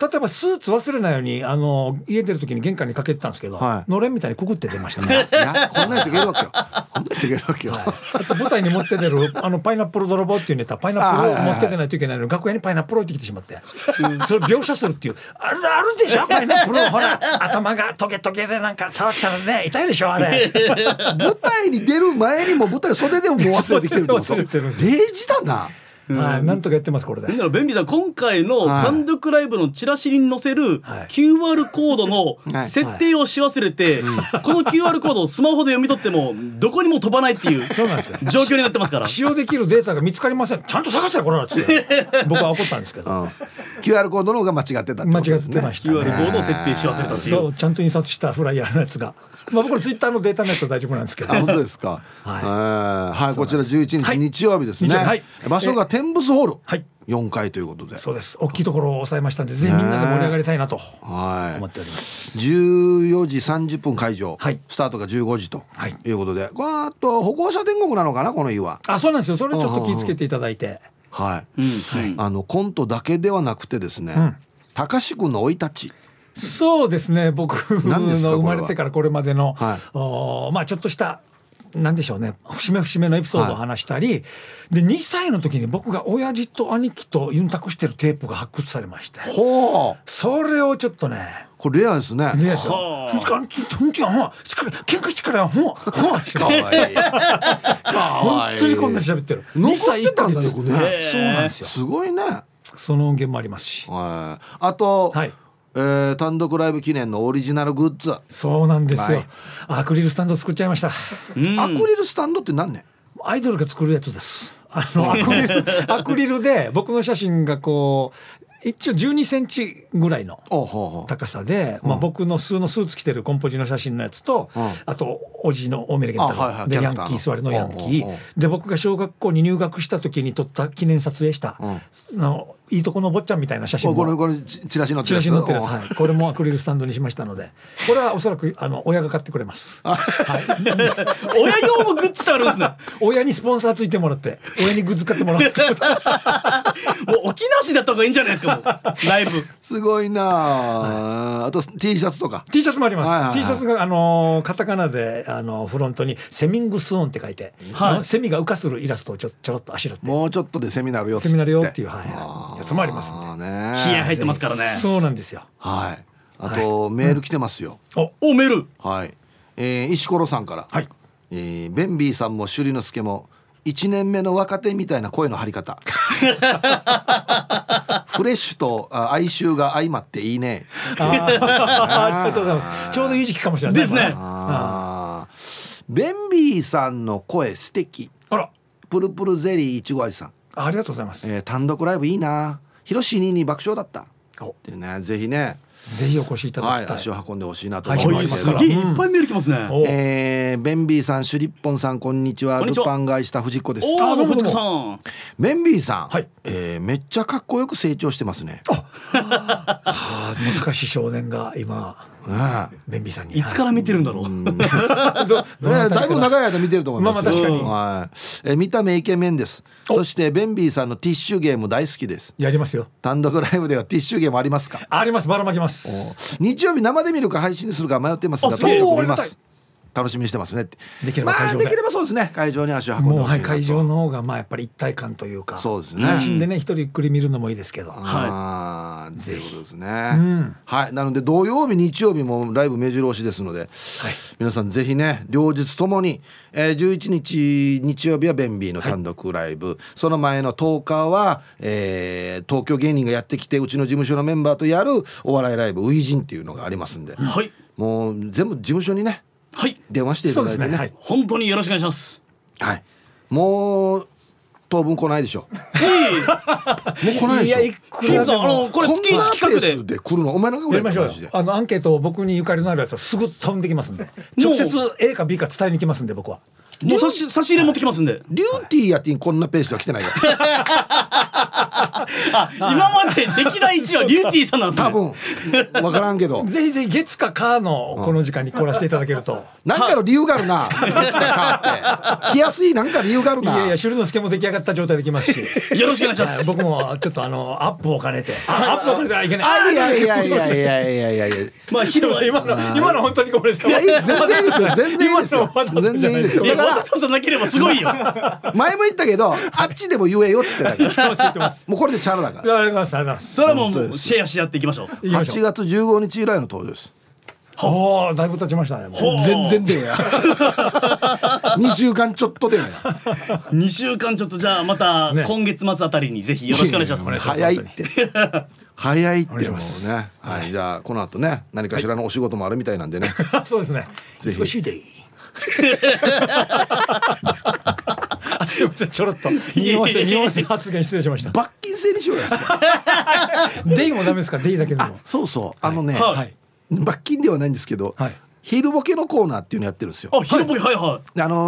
例えばスーツ忘れないように家出る時に玄関にかけてたんですけど、のれんみたいにくぐって出ましたね。 いやこんなやついけるわけよ。こんなやついけるわけよ。 あと舞台に持って出るパイナップル泥棒っていうネタ、パイナップルを持って出ないといけないのに楽屋にパイナップル置いてきてしまって、それ描写するっていうあるでしょパイナップルをほら頭がトゲトゲでなんか触ったらね痛いでしょあれ。 舞台に出る前にも舞台袖でももう忘れてきてるってこと。 忘れてるんです。 デージだな。 はい、なんとかやってますこれで。 だから便利さん今回の単独ライブのチラシに載せる QR コードの設定をし忘れて、この QR コードをスマホで読み取ってもどこにも飛ばないっていう状況になってますから。 使用できるデータが見つかりません。ちゃんと探せよこれはって僕は怒ったんですけど、 QR コードの方が間違ってたってことですね。 間違ってましたね。 QR コードを設定し忘れたっていう。 そうちゃんと印刷したフライヤーのやつが僕のツイッターのデータのやつは大丈夫なんですけど。 本当ですか。はい、こちら11日日曜日ですね。場所が天仏ホール4階ということで。 そうです。大きいところを抑えましたんで、ぜひみんなで盛り上がりたいなと思っております。 14時30分会場、スタートが15時ということで、あと歩行者天国なのかなこの日は。 そうなんですよ。それちょっと気をつけていただいて、 コントだけではなくてですね、高志くんの生い立ち。 そうですね。僕の生まれてからこれまでの、ちょっとしたなんでしょうね、節目のエピソードを話したり、で2歳の時に僕が親父と兄貴とユンタクしてるテープが発掘されまして、それをちょっとね、 これレアですね。 レアですよ。喧嘩してから本当にこんな喋ってる。2歳1ヶ月。そうなんですよ。 すごいね。 その音源もありますし、 あと単独ライブ記念のオリジナルグッズ。 そうなんですよ。アクリルスタンド作っちゃいました。 アクリルスタンドって何ね。 アイドルが作るやつです。アクリルで僕の写真がこう一応12センチぐらいの高さで、僕のスーツ着てるコンポジの写真のやつと、あとおじの大メレゲンタでヤンキー座りのヤンキーで、僕が小学校に入学した時に撮った記念撮影したいいとこの坊ちゃんみたいな写真もこれチラシ載ってるやつ、これもアクリルスタンドにしましたので、これはおそらく親が買ってくれます。 親用もグッズってあるんですね。 親にスポンサーついてもらって、親にグッズ買ってもらってもう沖縄市だった方がいいんじゃないですか。もうライブすごいな。あと T シャツとか T シャツもあります。T シャツがカタカナでフロントにセミングスーンって書いて、セミが浮かするイラストをちょろっとあしらって、もうちょっとでセミナルよっていうやつもありますんで、 気合入ってますからね。 そうなんですよ。 あとメール来てますよ。 おメール。石ころさんから。ベンビーさんも朱里之助も1年目の若手みたいな声の張り方。フレッシュと哀愁が相まっていいね。 ありがとうございます。ちょうどいい時期かもしれないですね。 ベンビーさんの声素敵。プルプルゼリーいちご味さん、 ありがとうございます。 単独ライブいいな。ヒロシニーに爆笑だったってね。ぜひね、 ぜひお越しいただきたい。 足を運んでほしいなと思います。 すげえいっぱいメール来ますね。 ベンビーさん、シュリッポンさん、こんにちは。ルパン買いした藤子です。 どうも藤子さん。 ベンビーさん、めっちゃかっこよく成長してますね。 もう高橋少年が今ベンビーさんにいつから見てるんだろう。 だいぶ長い間見てると思います。 確かに。見た目イケメンです。そしてベンビーさんのティッシュゲーム大好きです。 やりますよ。 単独ライブではティッシュゲームありますか。 あります。ばらまきます。 日曜日生で見るか配信にするか迷ってますが、とにかく見ます。楽しみにしてますねって。 できれば会場で、 できればそうですね、会場に足を運んでほしいなと。 会場の方がやっぱり一体感というか、 そうですね、 配信でね一人ゆっくり見るのもいいですけど、 ぜひということですね。なので土曜日日曜日もライブ目白押しですので、皆さんぜひね両日ともに、11日日曜日はベンビーの単独ライブ、その前の10日は、東京芸人がやってきてうちの事務所のメンバーとやるお笑いライブウイジンっていうのがありますんで、もう全部事務所にね電話していただいてね、 本当によろしくお願いします。 もう当分来ないでしょ。もう来ないでしょ。 いくらでもこれ月1企画で来るのお前なんかやりましょうよ。アンケートを僕にゆかりのあるやつはすぐ飛んできますんで、直接 A か B か伝えに行きますんで、僕はもう差し入れ持ってきますんで。 リューティーやってこんなペースでは来てないよ今まで歴代一はリューティーさんなんですね。 多分分からんけどぜひぜひ月か火のこの時間に来らせていただけると、 なんかの理由があるな月かかって来やすいなんか理由があるな。 いやいや汁の助も出来上がった状態で来ますしよろしくお願いします。 僕もちょっとアップを兼ねてアップを兼ねてはいけない。 いやいやいやいやいやいやいやまあ今の本当にごめんなさい。 いや全然いいですよ全然いいですよ全然いいですよ。 だからわざとじゃなければすごいよ前も言ったけどあっちでも言えよっつってたからもうこれでチャラだから。 ありがとうございます。 それはもうシェアし合っていきましょう。 8月15日以来の登場です。 おーだいぶ経ちましたね。もう全然でや2週間ちょっとでや 2週間ちょっとじゃあまた今月末あたりにぜひよろしくお願いします。 早いって早いってもうね。はい、じゃあこの後ね何かしらのお仕事もあるみたいなんでねそうですね。少しでいいすいませんちょろっと匂わせ発言失礼しました。 罰金制にしようやデイもダメですか。デイだけでも。 そうそうはい罰金ではないんですけど、 はい、 昼ボケのコーナーっていうのやってるんですよ。 あ昼ボケはいはい。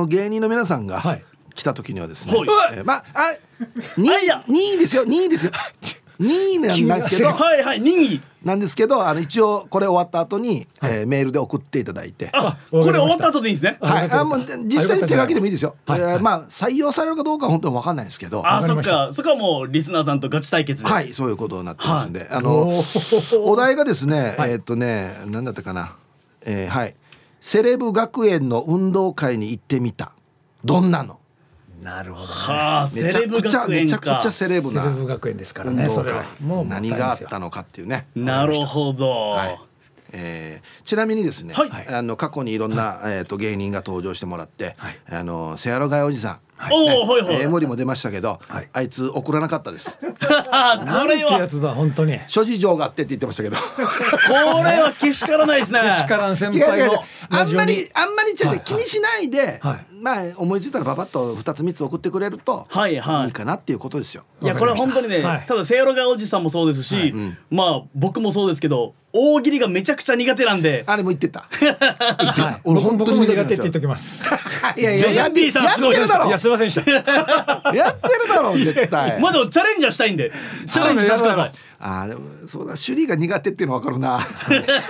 芸人の皆さんが来た時にはですね、 はいまあ2位ですよ2位ですよ2位なんですけどはいはい2位なんですけど一応これ終わった後に、メールで送っていただいてこれ終わった後でいいんですね。 はいもう実際に手書きでもいいですよ。まあ採用されるかどうかは本当に分かんないんですけどそっかそこはもうリスナーさんとガチ対決ではいそういうことになってますんで、お題がですね何だったかなはいセレブ学園の運動会に行ってみたどんなの。 なるほど、ね、 はあセレブ学園か。 めちゃくちゃセレブなセレブ学園ですからね。それはもう何があったのかっていうね。 なるほど、 はいちなみにですね、 はい過去にいろんな、芸人が登場してもらって、せやろがいおじさん、江森も出ましたけど、あいつ送らなかったです。 これはやつだ本当に諸事情があってって言ってましたけどこれはけしからないですね。 けしからん先輩のあんまり気にしないで、まあ思いついたらパパッと2つ3つ送ってくれるといいかなっていうことですよ。 いやこれは本当にね、ただせやろがおじさんもそうですし、まあ僕もそうですけど大喜利がめちゃくちゃ苦手なんで。 あれも言ってた俺本当に苦手って言っときます。 いやいややってるだろ。 いやすいませんでしたやってるだろ絶対まだチャレンジャーしたいんでチャレンジしてください。 でもそうだ首里が苦手っていうの分かるな不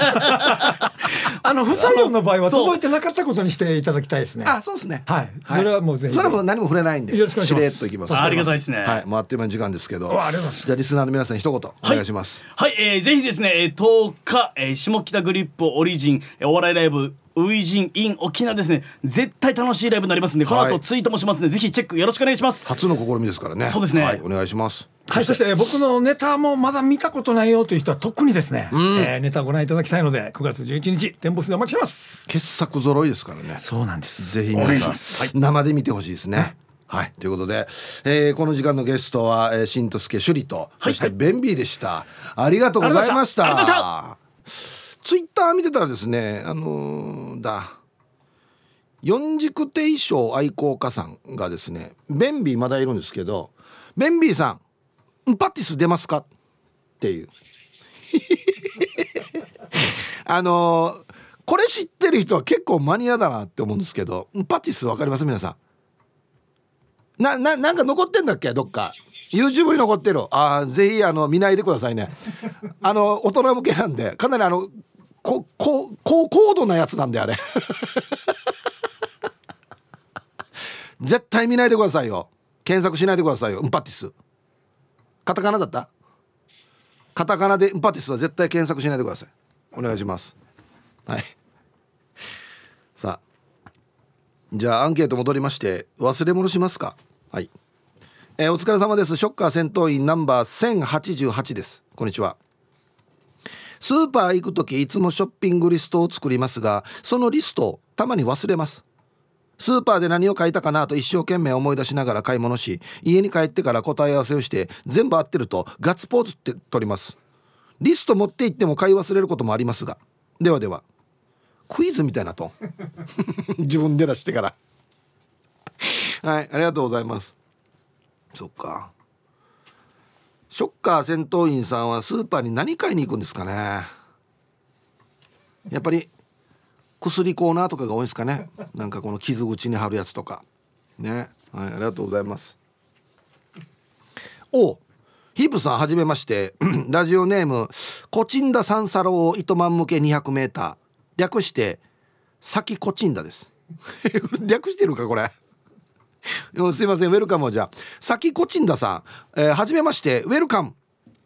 採用の場合は届いてなかったことにしていただきたいですね。 そうですね。 はいそれはもうぜひそれはもう何も触れないんでよろしくお願いします。 しれっといきます。 ありがたいですね。 はいもうあっという間に時間ですけどありがとうございます。 じゃあリスナーの皆さん一言お願いします。 はい、ぜひですね10日、下北グリップオリジンお笑いライブウイジン in 沖縄ですね絶対楽しいライブになりますんでこの後ツイートもしますのでぜひチェックよろしくお願いします。 初の試みですからね。 そうですね。 はいお願いします。 はい、そして僕のネタもまだ見たことないよという人は特にですね、ネタご覧いただきたいので9月11日テンボスでお待ちしてます。 傑作揃いですからね。 そうなんです。 ぜひ皆さん、生で見てほしいですね。はいということで、この時間のゲストは、しんとすけ首里とそしてベンビーでした。ありがとうございました。ツイッター見てたらですね四軸定称愛好家さんがですねベンビーまだいるんですけどベンビーさんパティス出ますかっていうこれ知ってる人は結構マニアだなって思うんですけどパティス分かります皆さん。なんか残ってんだっけどっか YouTube に残ってる。ぜひ見ないでくださいね。大人向けなんでかなり高度なやつなんであれ絶対見ないでくださいよ。検索しないでくださいよ。パティスカタカナだった。カタカナでパティスは絶対検索しないでください。お願いします。はいさあじゃあアンケート戻りまして忘れ物しますか。はい、お疲れ様です。ショッカー戦闘員ナンバー1088です。こんにちは。スーパー行くときいつもショッピングリストを作りますがそのリストをたまに忘れます。スーパーで何を買いたかなと一生懸命思い出しながら買い物し家に帰ってから答え合わせをして全部合ってるとガッツポーズって取ります。リスト持って行っても買い忘れることもありますがではではクイズみたいなと自分で出してからはいありがとうございます。そっかショッカー戦闘員さんはスーパーに何買いに行くんですかね。やっぱり薬コーナーとかが多いですかね。なんかこの傷口に貼るやつとかね。はい、ありがとうございます。おヒープさんはじめましてラジオネームコチンダサンサロー糸満向け 200m 略してサキコチンダです略してるかこれすいません、ウェルカムをじゃあサキコチンダさん、はじめましてウェルカム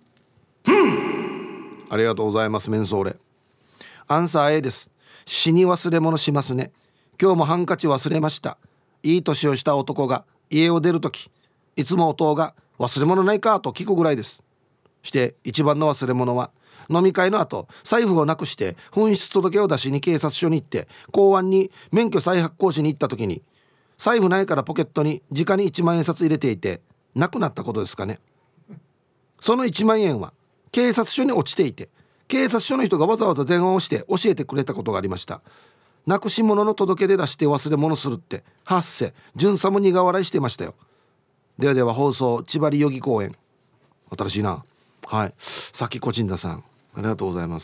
ありがとうございます。メンソーレアンサー A です。死に忘れ物しますね。今日もハンカチ忘れました。いい年をした男が家を出るときいつも弟が忘れ物ないかと聞くぐらいです。して一番の忘れ物は飲み会の後財布をなくして紛失届を出しに警察署に行って公安に免許再発行しに行った時に財布ないからポケットに直に1万円札入れていてなくなったことですかね。その1万円は警察署に落ちていて警察署の人がわざわざ電話をして教えてくれたことがありました。なくし物の届け出出して忘れ物するって発生巡査も苦笑いしてましたよ。ではでは放送千葉里代木公園新しいな。はい、さきこちんださんありがとうございます。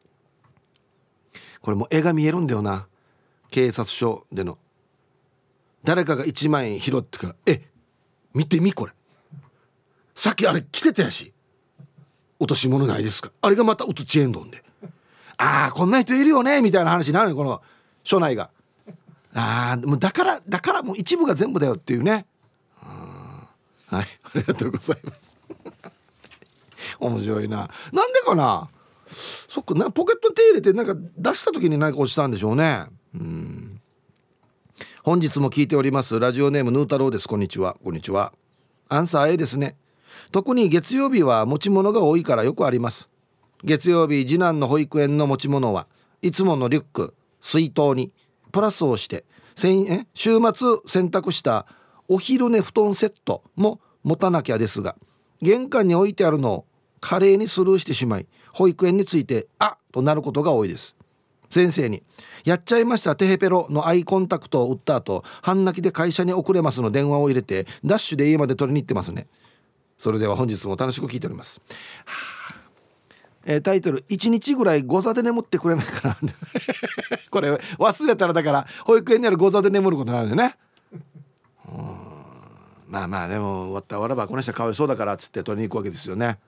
これも絵が見えるんだよな。警察署での誰かが1万円拾ってから見てみこれさっきあれ着てたやし落とし物ないですか。あれがまたうつチェーンドンでこんな人いるよねみたいな話になるよこの署内が。もうだからもう一部が全部だよっていうね。はい、ありがとうございます面白いな。なんでかな。そっかな、ポケットに手入れてなんか出した時に何か落ちたんでしょうね。本日も聞いておりますラジオネームヌー太郎です。こんにちは。こんにちは。アンサー A ですね。特に月曜日は持ち物が多いからよくあります。月曜日次男の保育園の持ち物はいつものリュック水筒にプラスをして週末洗濯したお昼寝布団セットも持たなきゃですが玄関に置いてあるのを華麗にスルーしてしまい保育園についてとなることが多いです。先生にやっちゃいましたテヘペロのアイコンタクトを打った後半泣きで会社に遅れますの電話を入れてダッシュで家まで取りに行ってますね。それでは本日も楽しく聞いております。タイトル1日ぐらいゴザで眠ってくれないかなこれ忘れたらだから保育園にあるゴザで眠ることになるんだよね。まあでも終わった終わらばこの人かわいそうだからっつって取りに行くわけですよね。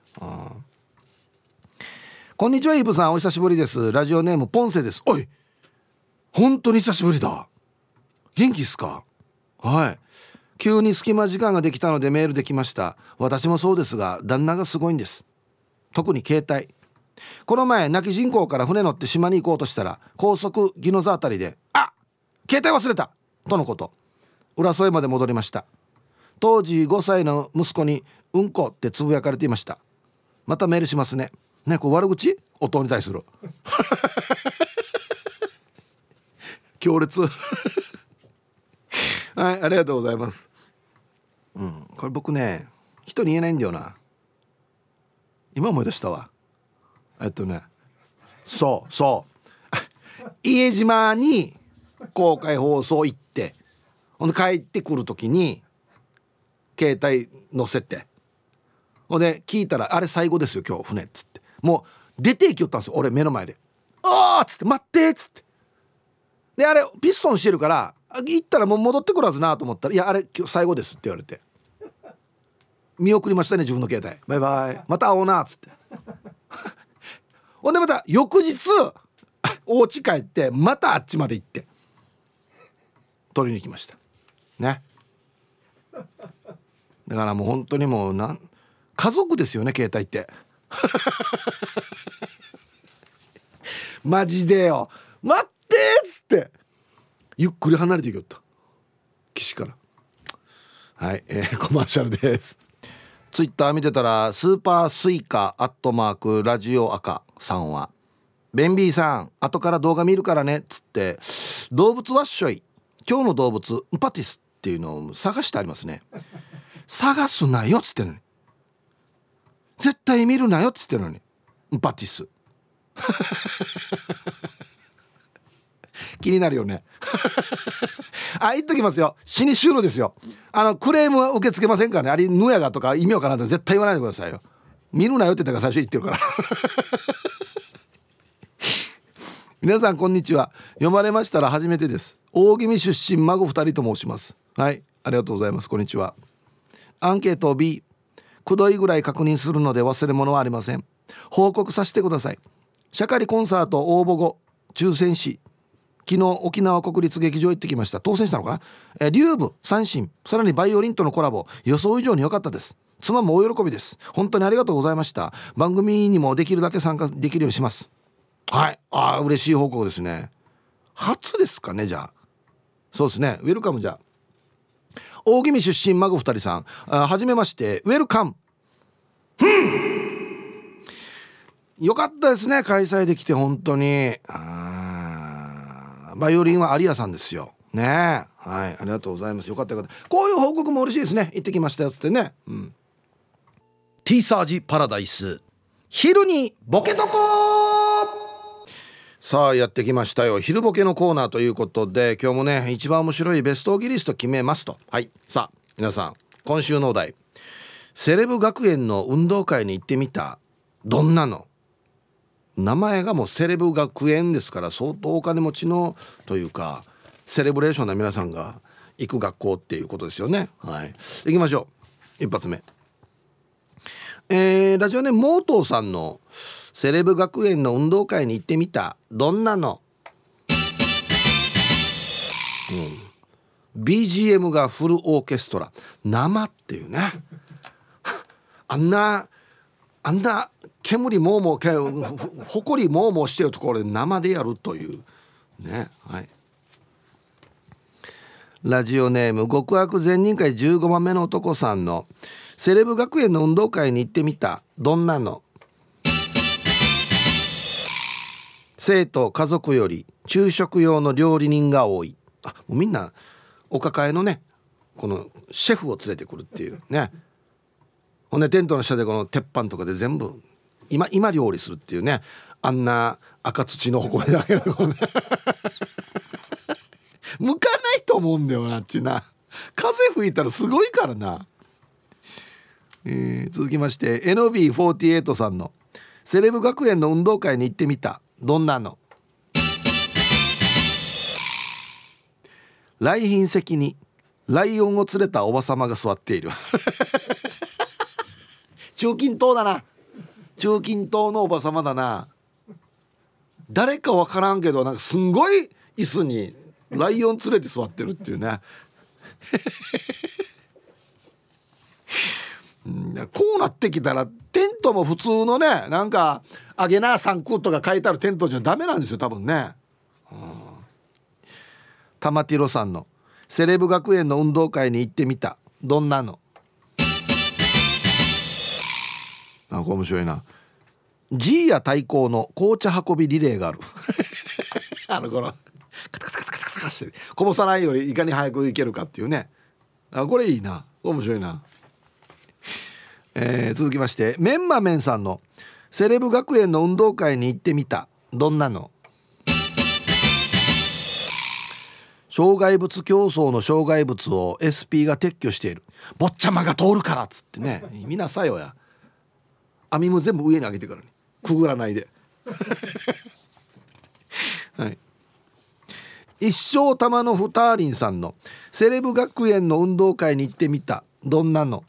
こんにちはイブさんお久しぶりです。ラジオネームポンセです。おい本当に久しぶりだ。元気っすか。はい、急に隙間時間ができたのでメールできました。私もそうですが旦那がすごいんです。特に携帯。この前亡き人口から船乗って島に行こうとしたら高速宜野座あたりで携帯忘れたとのこと。浦添まで戻りました。当時5歳の息子にうんこってつぶやかれていました。またメールしますね。これ悪口音に対する強烈はい、ありがとうございます。これ僕ね人に言えないんだよな。今思い出したわ。そう家島に公開放送行ってほんで帰ってくる時に携帯乗せてほんで聞いたらあれ最後ですよ今日船っつってもう出て行きよったんですよ。俺目の前でっつって待ってっつってであれピストンしてるから行ったらもう戻ってくるはずなと思ったらいやあれ今日最後ですって言われて見送りましたね自分の携帯。バイバイまた会おうなっつってほんでまた翌日お家帰ってまたあっちまで行って取りに行きましたね。だからもう本当にもう家族ですよね携帯ってマジでよ待ってっつってゆっくり離れていきよった岸から。はい、コマーシャルです。ツイッター見てたらスーパースイカ@ラジオ赤さんはベンビーさん後から動画見るからねっつって動物ワッショイ今日の動物ンパティスっていうのを探してありますね。探すなよっつってんのに絶対見るなよっつってんのにンパティス気になるよね言っときますよ死にシュールですよ。クレームは受け付けませんからね。あれぬやがとか意味わからんと絶対言わないでくださいよ。見るなよって言ったから最初言ってるから皆さんこんにちは。読まれましたら初めてです。大宜味出身孫2人と申します。はい、ありがとうございます。こんにちは。アンケート B、 くどいぐらい確認するので忘れ物はありません。報告させてください。シャカリコンサート応募後抽選し、昨日沖縄国立劇場行ってきました。当選したのかな。竜舞、三振、さらにバイオリンとのコラボ、予想以上に良かったです。妻も大喜びです。本当にありがとうございました。番組にもできるだけ参加できるようにします。はい、嬉しい報告ですね。初ですかね。じゃあそうですね。ウェルカム。じゃあ大宜味出身孫2人さん、はじめまして、ウェルカム。よかったですね、開催できて。本当にバイオリンは有谷さんですよね。はい、ありがとうございます。よかったよかった。こういう報告も嬉しいですね。行ってきましたよっつってね。ティーサージパラダイス、昼にボケとこ。さあやってきましたよ、昼ボケのコーナーということで、今日もね一番面白いベストギリスト決めますと。はい、さあ皆さん、今週のお題、セレブ学園の運動会に行ってみた。どんなの。名前がもうセレブ学園ですから、相当お金持ちのというかセレブレーションな皆さんが行く学校っていうことですよね。はい、行きましょう。一発目、ラジオネームモートーさんのセレブ学園の運動会に行ってみた。どんなの。BGM がフルオーケストラ、生っていうねあんな煙もうもうほこりもうもうしてるところで生でやるというね。はい、ラジオネーム極悪善人会15番目の男さんのセレブ学園の運動会に行ってみた。どんなの。生徒家族より昼食用の料理人が多い。もうみんなお抱えのね、このシェフを連れてくるっていうね。ほんでテントの下でこの鉄板とかで全部今料理するっていうね。あんな赤土の埃だけどね向かないと思うんだよなっていうな。風吹いたらすごいからな。続きまして NB48 さんのセレブ学園の運動会に行ってみた。どんなの。来賓席にライオンを連れたおばさまが座っている中近東だな。中近東のおばさまだな。誰かわからんけど、なんかすんごい椅子にライオン連れて座ってるっていうねこうなってきたらテントも普通のね、なんかアゲナーサンクーとか書いてあるテントじゃダメなんですよ多分ね。玉ティロさんのセレブ学園の運動会に行ってみた。どんなの。なんか面白いな。ジーヤ対抗の紅茶運びリレーがあるこのカタカタカタカタカタしてこぼさないよりいかに早く行けるかっていうね。これいいな、面白いな。続きましてメンマメンさんのセレブ学園の運動会に行ってみた。どんなの。障害物競争の障害物を SP が撤去している。坊ちゃまが通るからっつってね、見なさいよや。網も全部上に上げてからにくぐらないではい、一生玉のフターリンさんのセレブ学園の運動会に行ってみた。どんなの。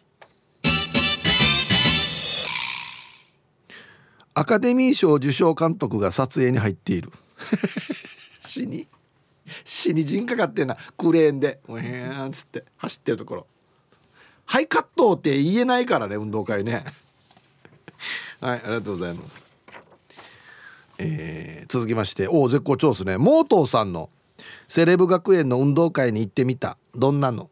アカデミー賞受賞監督が撮影に入っている死に陣かかってんな。クレーンでウェーンつって走ってるところ、ハイカットって言えないからね、運動会ねはい、ありがとうございます。続きまして絶好調ですね。モートーさんのセレブ学園の運動会に行ってみた。どんなの。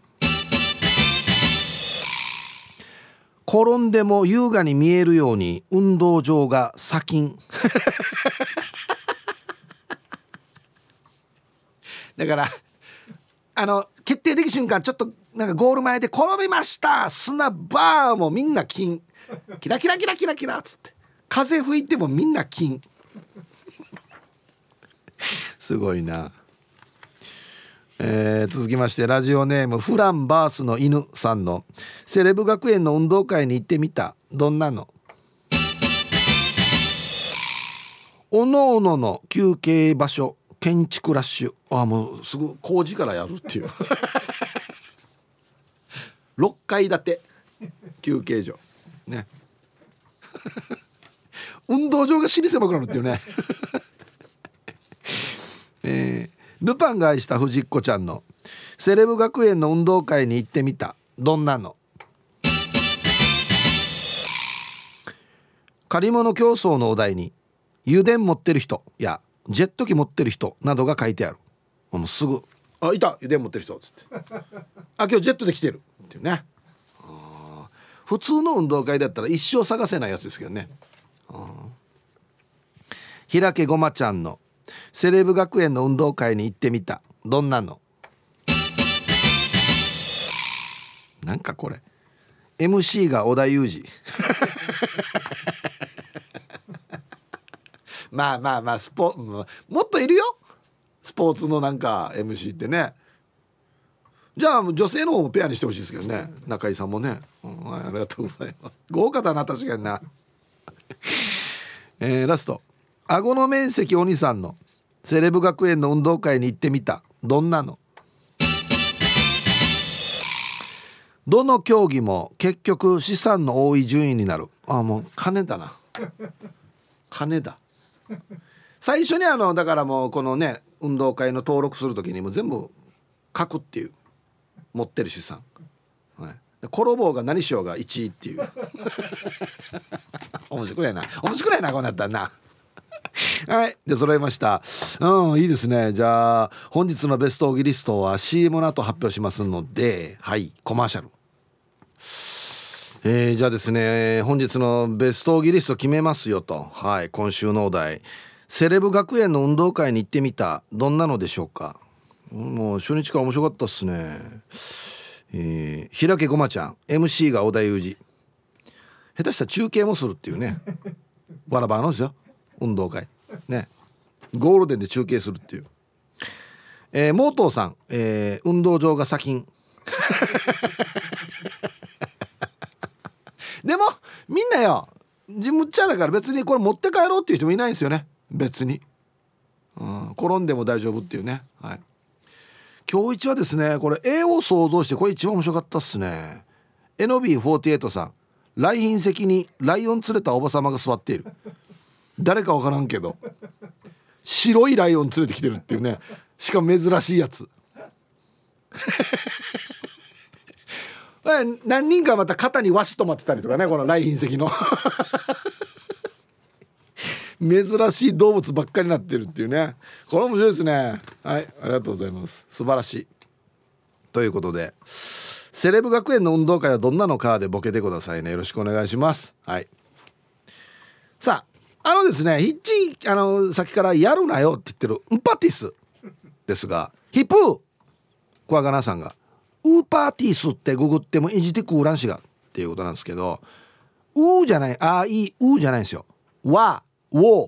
転んでも優雅に見えるように運動場が砂金だから決定的瞬間ちょっとなんかゴール前で転びました砂バーもみんな金、キラキラキラキラキラっつって風吹いてもみんな金すごいな。続きましてラジオネームフランバースの犬さんのセレブ学園の運動会に行ってみた。どんなの。 おのおのの休憩場所建築ラッシュ、もうすぐ工事からやるっていう6階建て休憩所ね運動場が死に狭くなるっていうねルパンが愛した藤子ちゃんのセレブ学園の運動会に行ってみた。どんなの？借り物競争のお題に油田持ってる人やジェット機持ってる人などが書いてある。もうすぐいた油田持ってる人っつって今日ジェットで来てるっていうね。普通の運動会だったら一生探せないやつですけどね。平家ごまちゃんのセレブ学園の運動会に行ってみた。どんなの？なんかこれ MC が織田裕二まあもっといるよスポーツのなんか MC ってね。じゃあ女性の方もペアにしてほしいですけどね。中井さんもね、ありがとうございます。豪華だな確かになラスト顎の面積お兄さんのセレブ学園の運動会に行ってみた。どんなの？どの競技も結局資産の多い順位になる。もう金だな金だ。最初にだからもうこのね運動会の登録するときにも全部書くっていう持ってる資産、はい、転ぼうが何しようが1位っていう面白いなこうなったなはいで揃いました。いいですね。じゃあ本日のベストオギリストは CM の後発表しますので、はいコマーシャル。じゃあですね本日のベストオギリスト決めますよと。はい今週のお題セレブ学園の運動会に行ってみた。どんなのでしょうか。もう初日から面白かったっすね。平家ごまちゃん MC が織田裕二。下手したら中継もするっていうねわらばのですよ運動会ね。ゴールデンで中継するっていう。モートーさん、運動場が先んでもみんなよジムっちゃだから別にこれ持って帰ろうっていう人もいないんですよね別に、転んでも大丈夫っていうね。はい今日一はですねこれ絵を想像してこれ一番面白かったっすね。 NB48 さん来賓席にライオン連れたおばさまが座っている。誰かわからんけど白いライオン連れてきてるっていうね。しかも珍しいやつ何人かまた肩に和紙止まってたりとかねこの来賓席の珍しい動物ばっかりになってるっていうね。これ面白いですね。はいありがとうございます。素晴らしい。ということでセレブ学園の運動会はどんなのかでボケてくださいね。よろしくお願いします。はいさあですねヒッチさっきからやるなよって言ってるウンパティスですがヒップークワガナさんがウーパーティースってググってもいじってくーらんしがっていうことなんですけどうじゃないいうじゃないんですよ。わを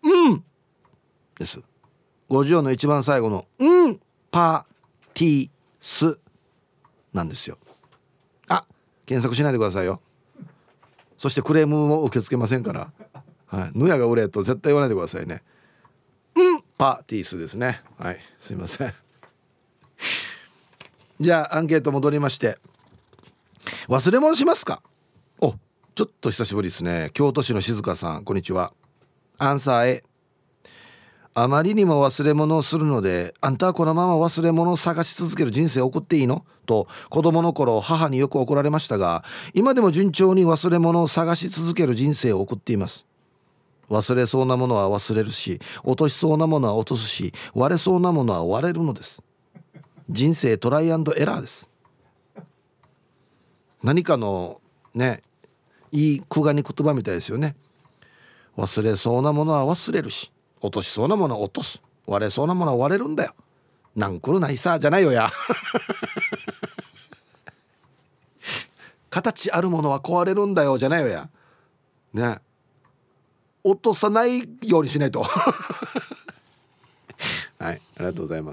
です50音の一番最後のパーティースなんですよ。検索しないでくださいよ。そしてクレームも受け付けませんから、ぬやが売れと絶対言わないでくださいね。パーティースですね。はいすいませんじゃあアンケート戻りまして、忘れ物しますか？ちょっと久しぶりですね。京都市の静香さんこんにちは。アンサー A。 あまりにも忘れ物をするのであんたはこのまま忘れ物を探し続ける人生を送っていいのと子供の頃母によく怒られましたが、今でも順調に忘れ物を探し続ける人生を送っています。忘れそうなものは忘れるし、落としそうなものは落とすし、割れそうなものは割れるのです。人生トライアンドエラーです。何かのねいい苦に言葉みたいですよね。忘れそうなものは忘れるし、落としそうなものは落とす、割れそうなものは割れるんだよ。なんくるないさじゃないよや形あるものは壊れるんだよじゃないよやね。落とさないようにしないとはいありがとうございます。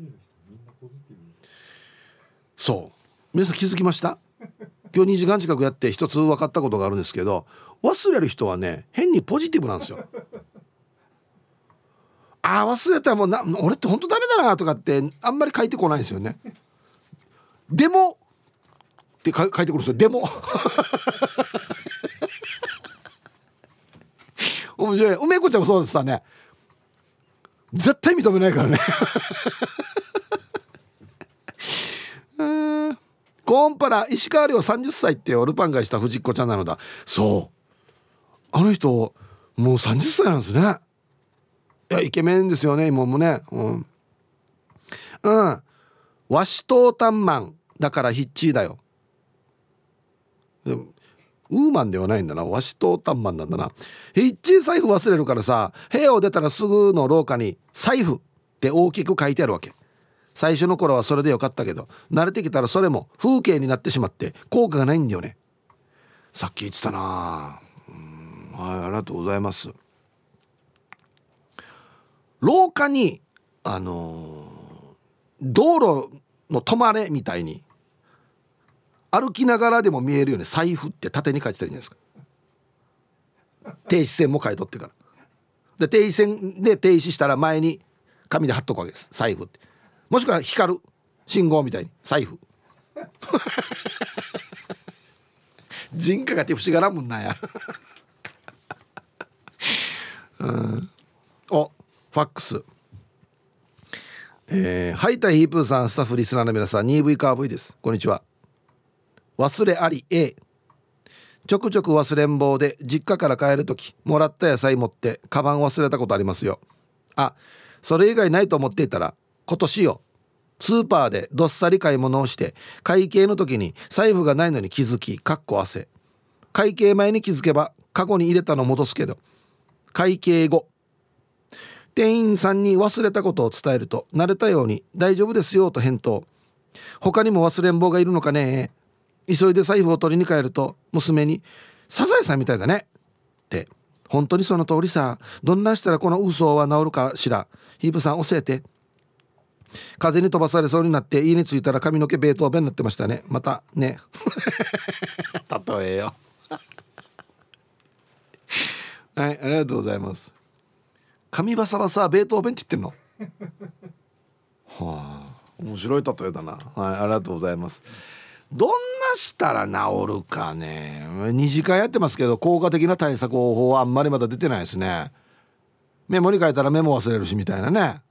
そう皆さん気づきました？今日2時間近くやって一つ分かったことがあるんですけど、忘れる人はね変にポジティブなんですよ。 忘れたもん俺って本当ダメだなとかってあんまり書いてこないんですよね。でもって書いてくるんですよ。でも面白い。梅子ちゃんもそうですさね、絶対認めないからねコンパラ石川遼30歳ってオルパンがした藤子ちゃんなのだ。そうあの人もう30歳なんですね。いやイケメンですよね今もね。ワシトータンマンだからヒッチーだよ。ウーマンではないんだな、ワシトータンマンなんだな。ヒッチー財布忘れるからさ、部屋を出たらすぐの廊下に財布って大きく書いてあるわけ。最初の頃はそれでよかったけど慣れてきたらそれも風景になってしまって効果がないんだよね。さっき言ってたな。はい、ありがとうございます。廊下に道路の止まれみたいに歩きながらでも見えるように財布って縦に書いてたらいいじゃないですか。停止線も書いとってからで停止線で停止したら前に紙で貼っとくわけです、財布って。もしくは光る信号みたいに財布人家が手不思がらんもんなやおファックス、ハイタイヒープーさん、スタッフリスナーの皆さん、 2V カー V です。こんにちは。忘れあり A。 ちょくちょく忘れん坊で実家から帰るときもらった野菜持ってカバン忘れたことありますよ。それ以外ないと思っていたら今年よ、スーパーでどっさり買い物をして会計の時に財布がないのに気づき汗。会計前に気づけばカゴに入れたの戻すけど、会計後店員さんに忘れたことを伝えると慣れたように大丈夫ですよと返答。他にも忘れん坊がいるのかね。急いで財布を取りに帰ると娘にサザエさんみたいだねって。本当にその通りさ。どんなしたらこの嘘は治るかしら。ヒープさん教えて。風に飛ばされそうになって家に着いたら髪の毛ベートーベンになってましたね。またね例えよはい、ありがとうございます。髪バサバサベートーベンって言ってんのはあ、面白い例えだな。はい、ありがとうございます。どんなしたら治るかね。2時間やってますけど効果的な対策方法はあんまりまだ出てないですね。メモに書いたらメモ忘れるしみたいなね。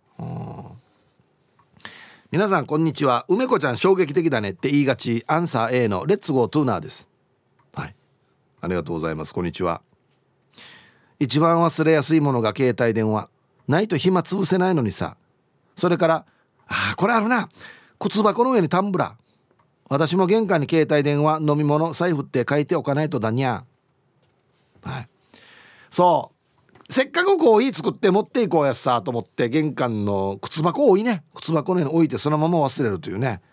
皆さんこんにちは。梅子ちゃん衝撃的だねって言いがちアンサー A のレッツゴートゥーナーです。はい、ありがとうございます。こんにちは。一番忘れやすいものが携帯電話。ないと暇つぶせないのにさ。それからこれあるな、靴箱の上にタンブラー。私も玄関に携帯電話、飲み物、財布って書いておかないとだにゃ。はい、そうせっかくコーヒー作って持っていこうやさと思って玄関の靴箱多いね、靴箱の上に置いてそのまま忘れるというね。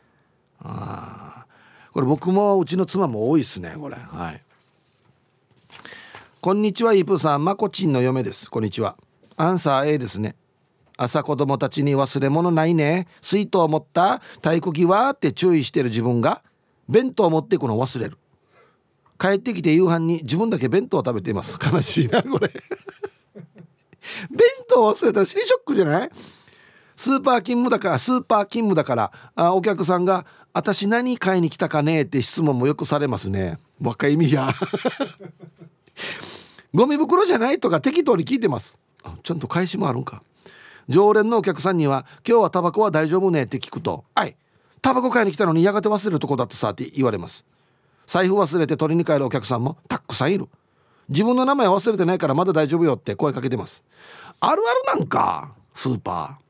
これ僕もうちの妻も多いですねこれ。はい、こんにちはイープーさん、まこちんの嫁です。こんにちは。アンサー A ですね。朝子供たちに忘れ物ないね、水筒持った太鼓着はって注意してる自分が弁当持っていくの忘れる。帰ってきて夕飯に自分だけ弁当を食べています。悲しいなこれ弁当忘れたら死にショックじゃない。スーパー勤務だからお客さんが私何買いに来たかねって質問もよくされますね。若い意味やゴミ袋じゃないとか適当に聞いてます。ちゃんと返しもあるんか。常連のお客さんには今日はタバコは大丈夫ねって聞くと、タバコ買いに来たのにやがて忘れるとこだってさって言われます。財布忘れて取りに帰るお客さんもたくさんいる。自分の名前忘れてないからまだ大丈夫よって声かけてます。あるあるなんかスーパ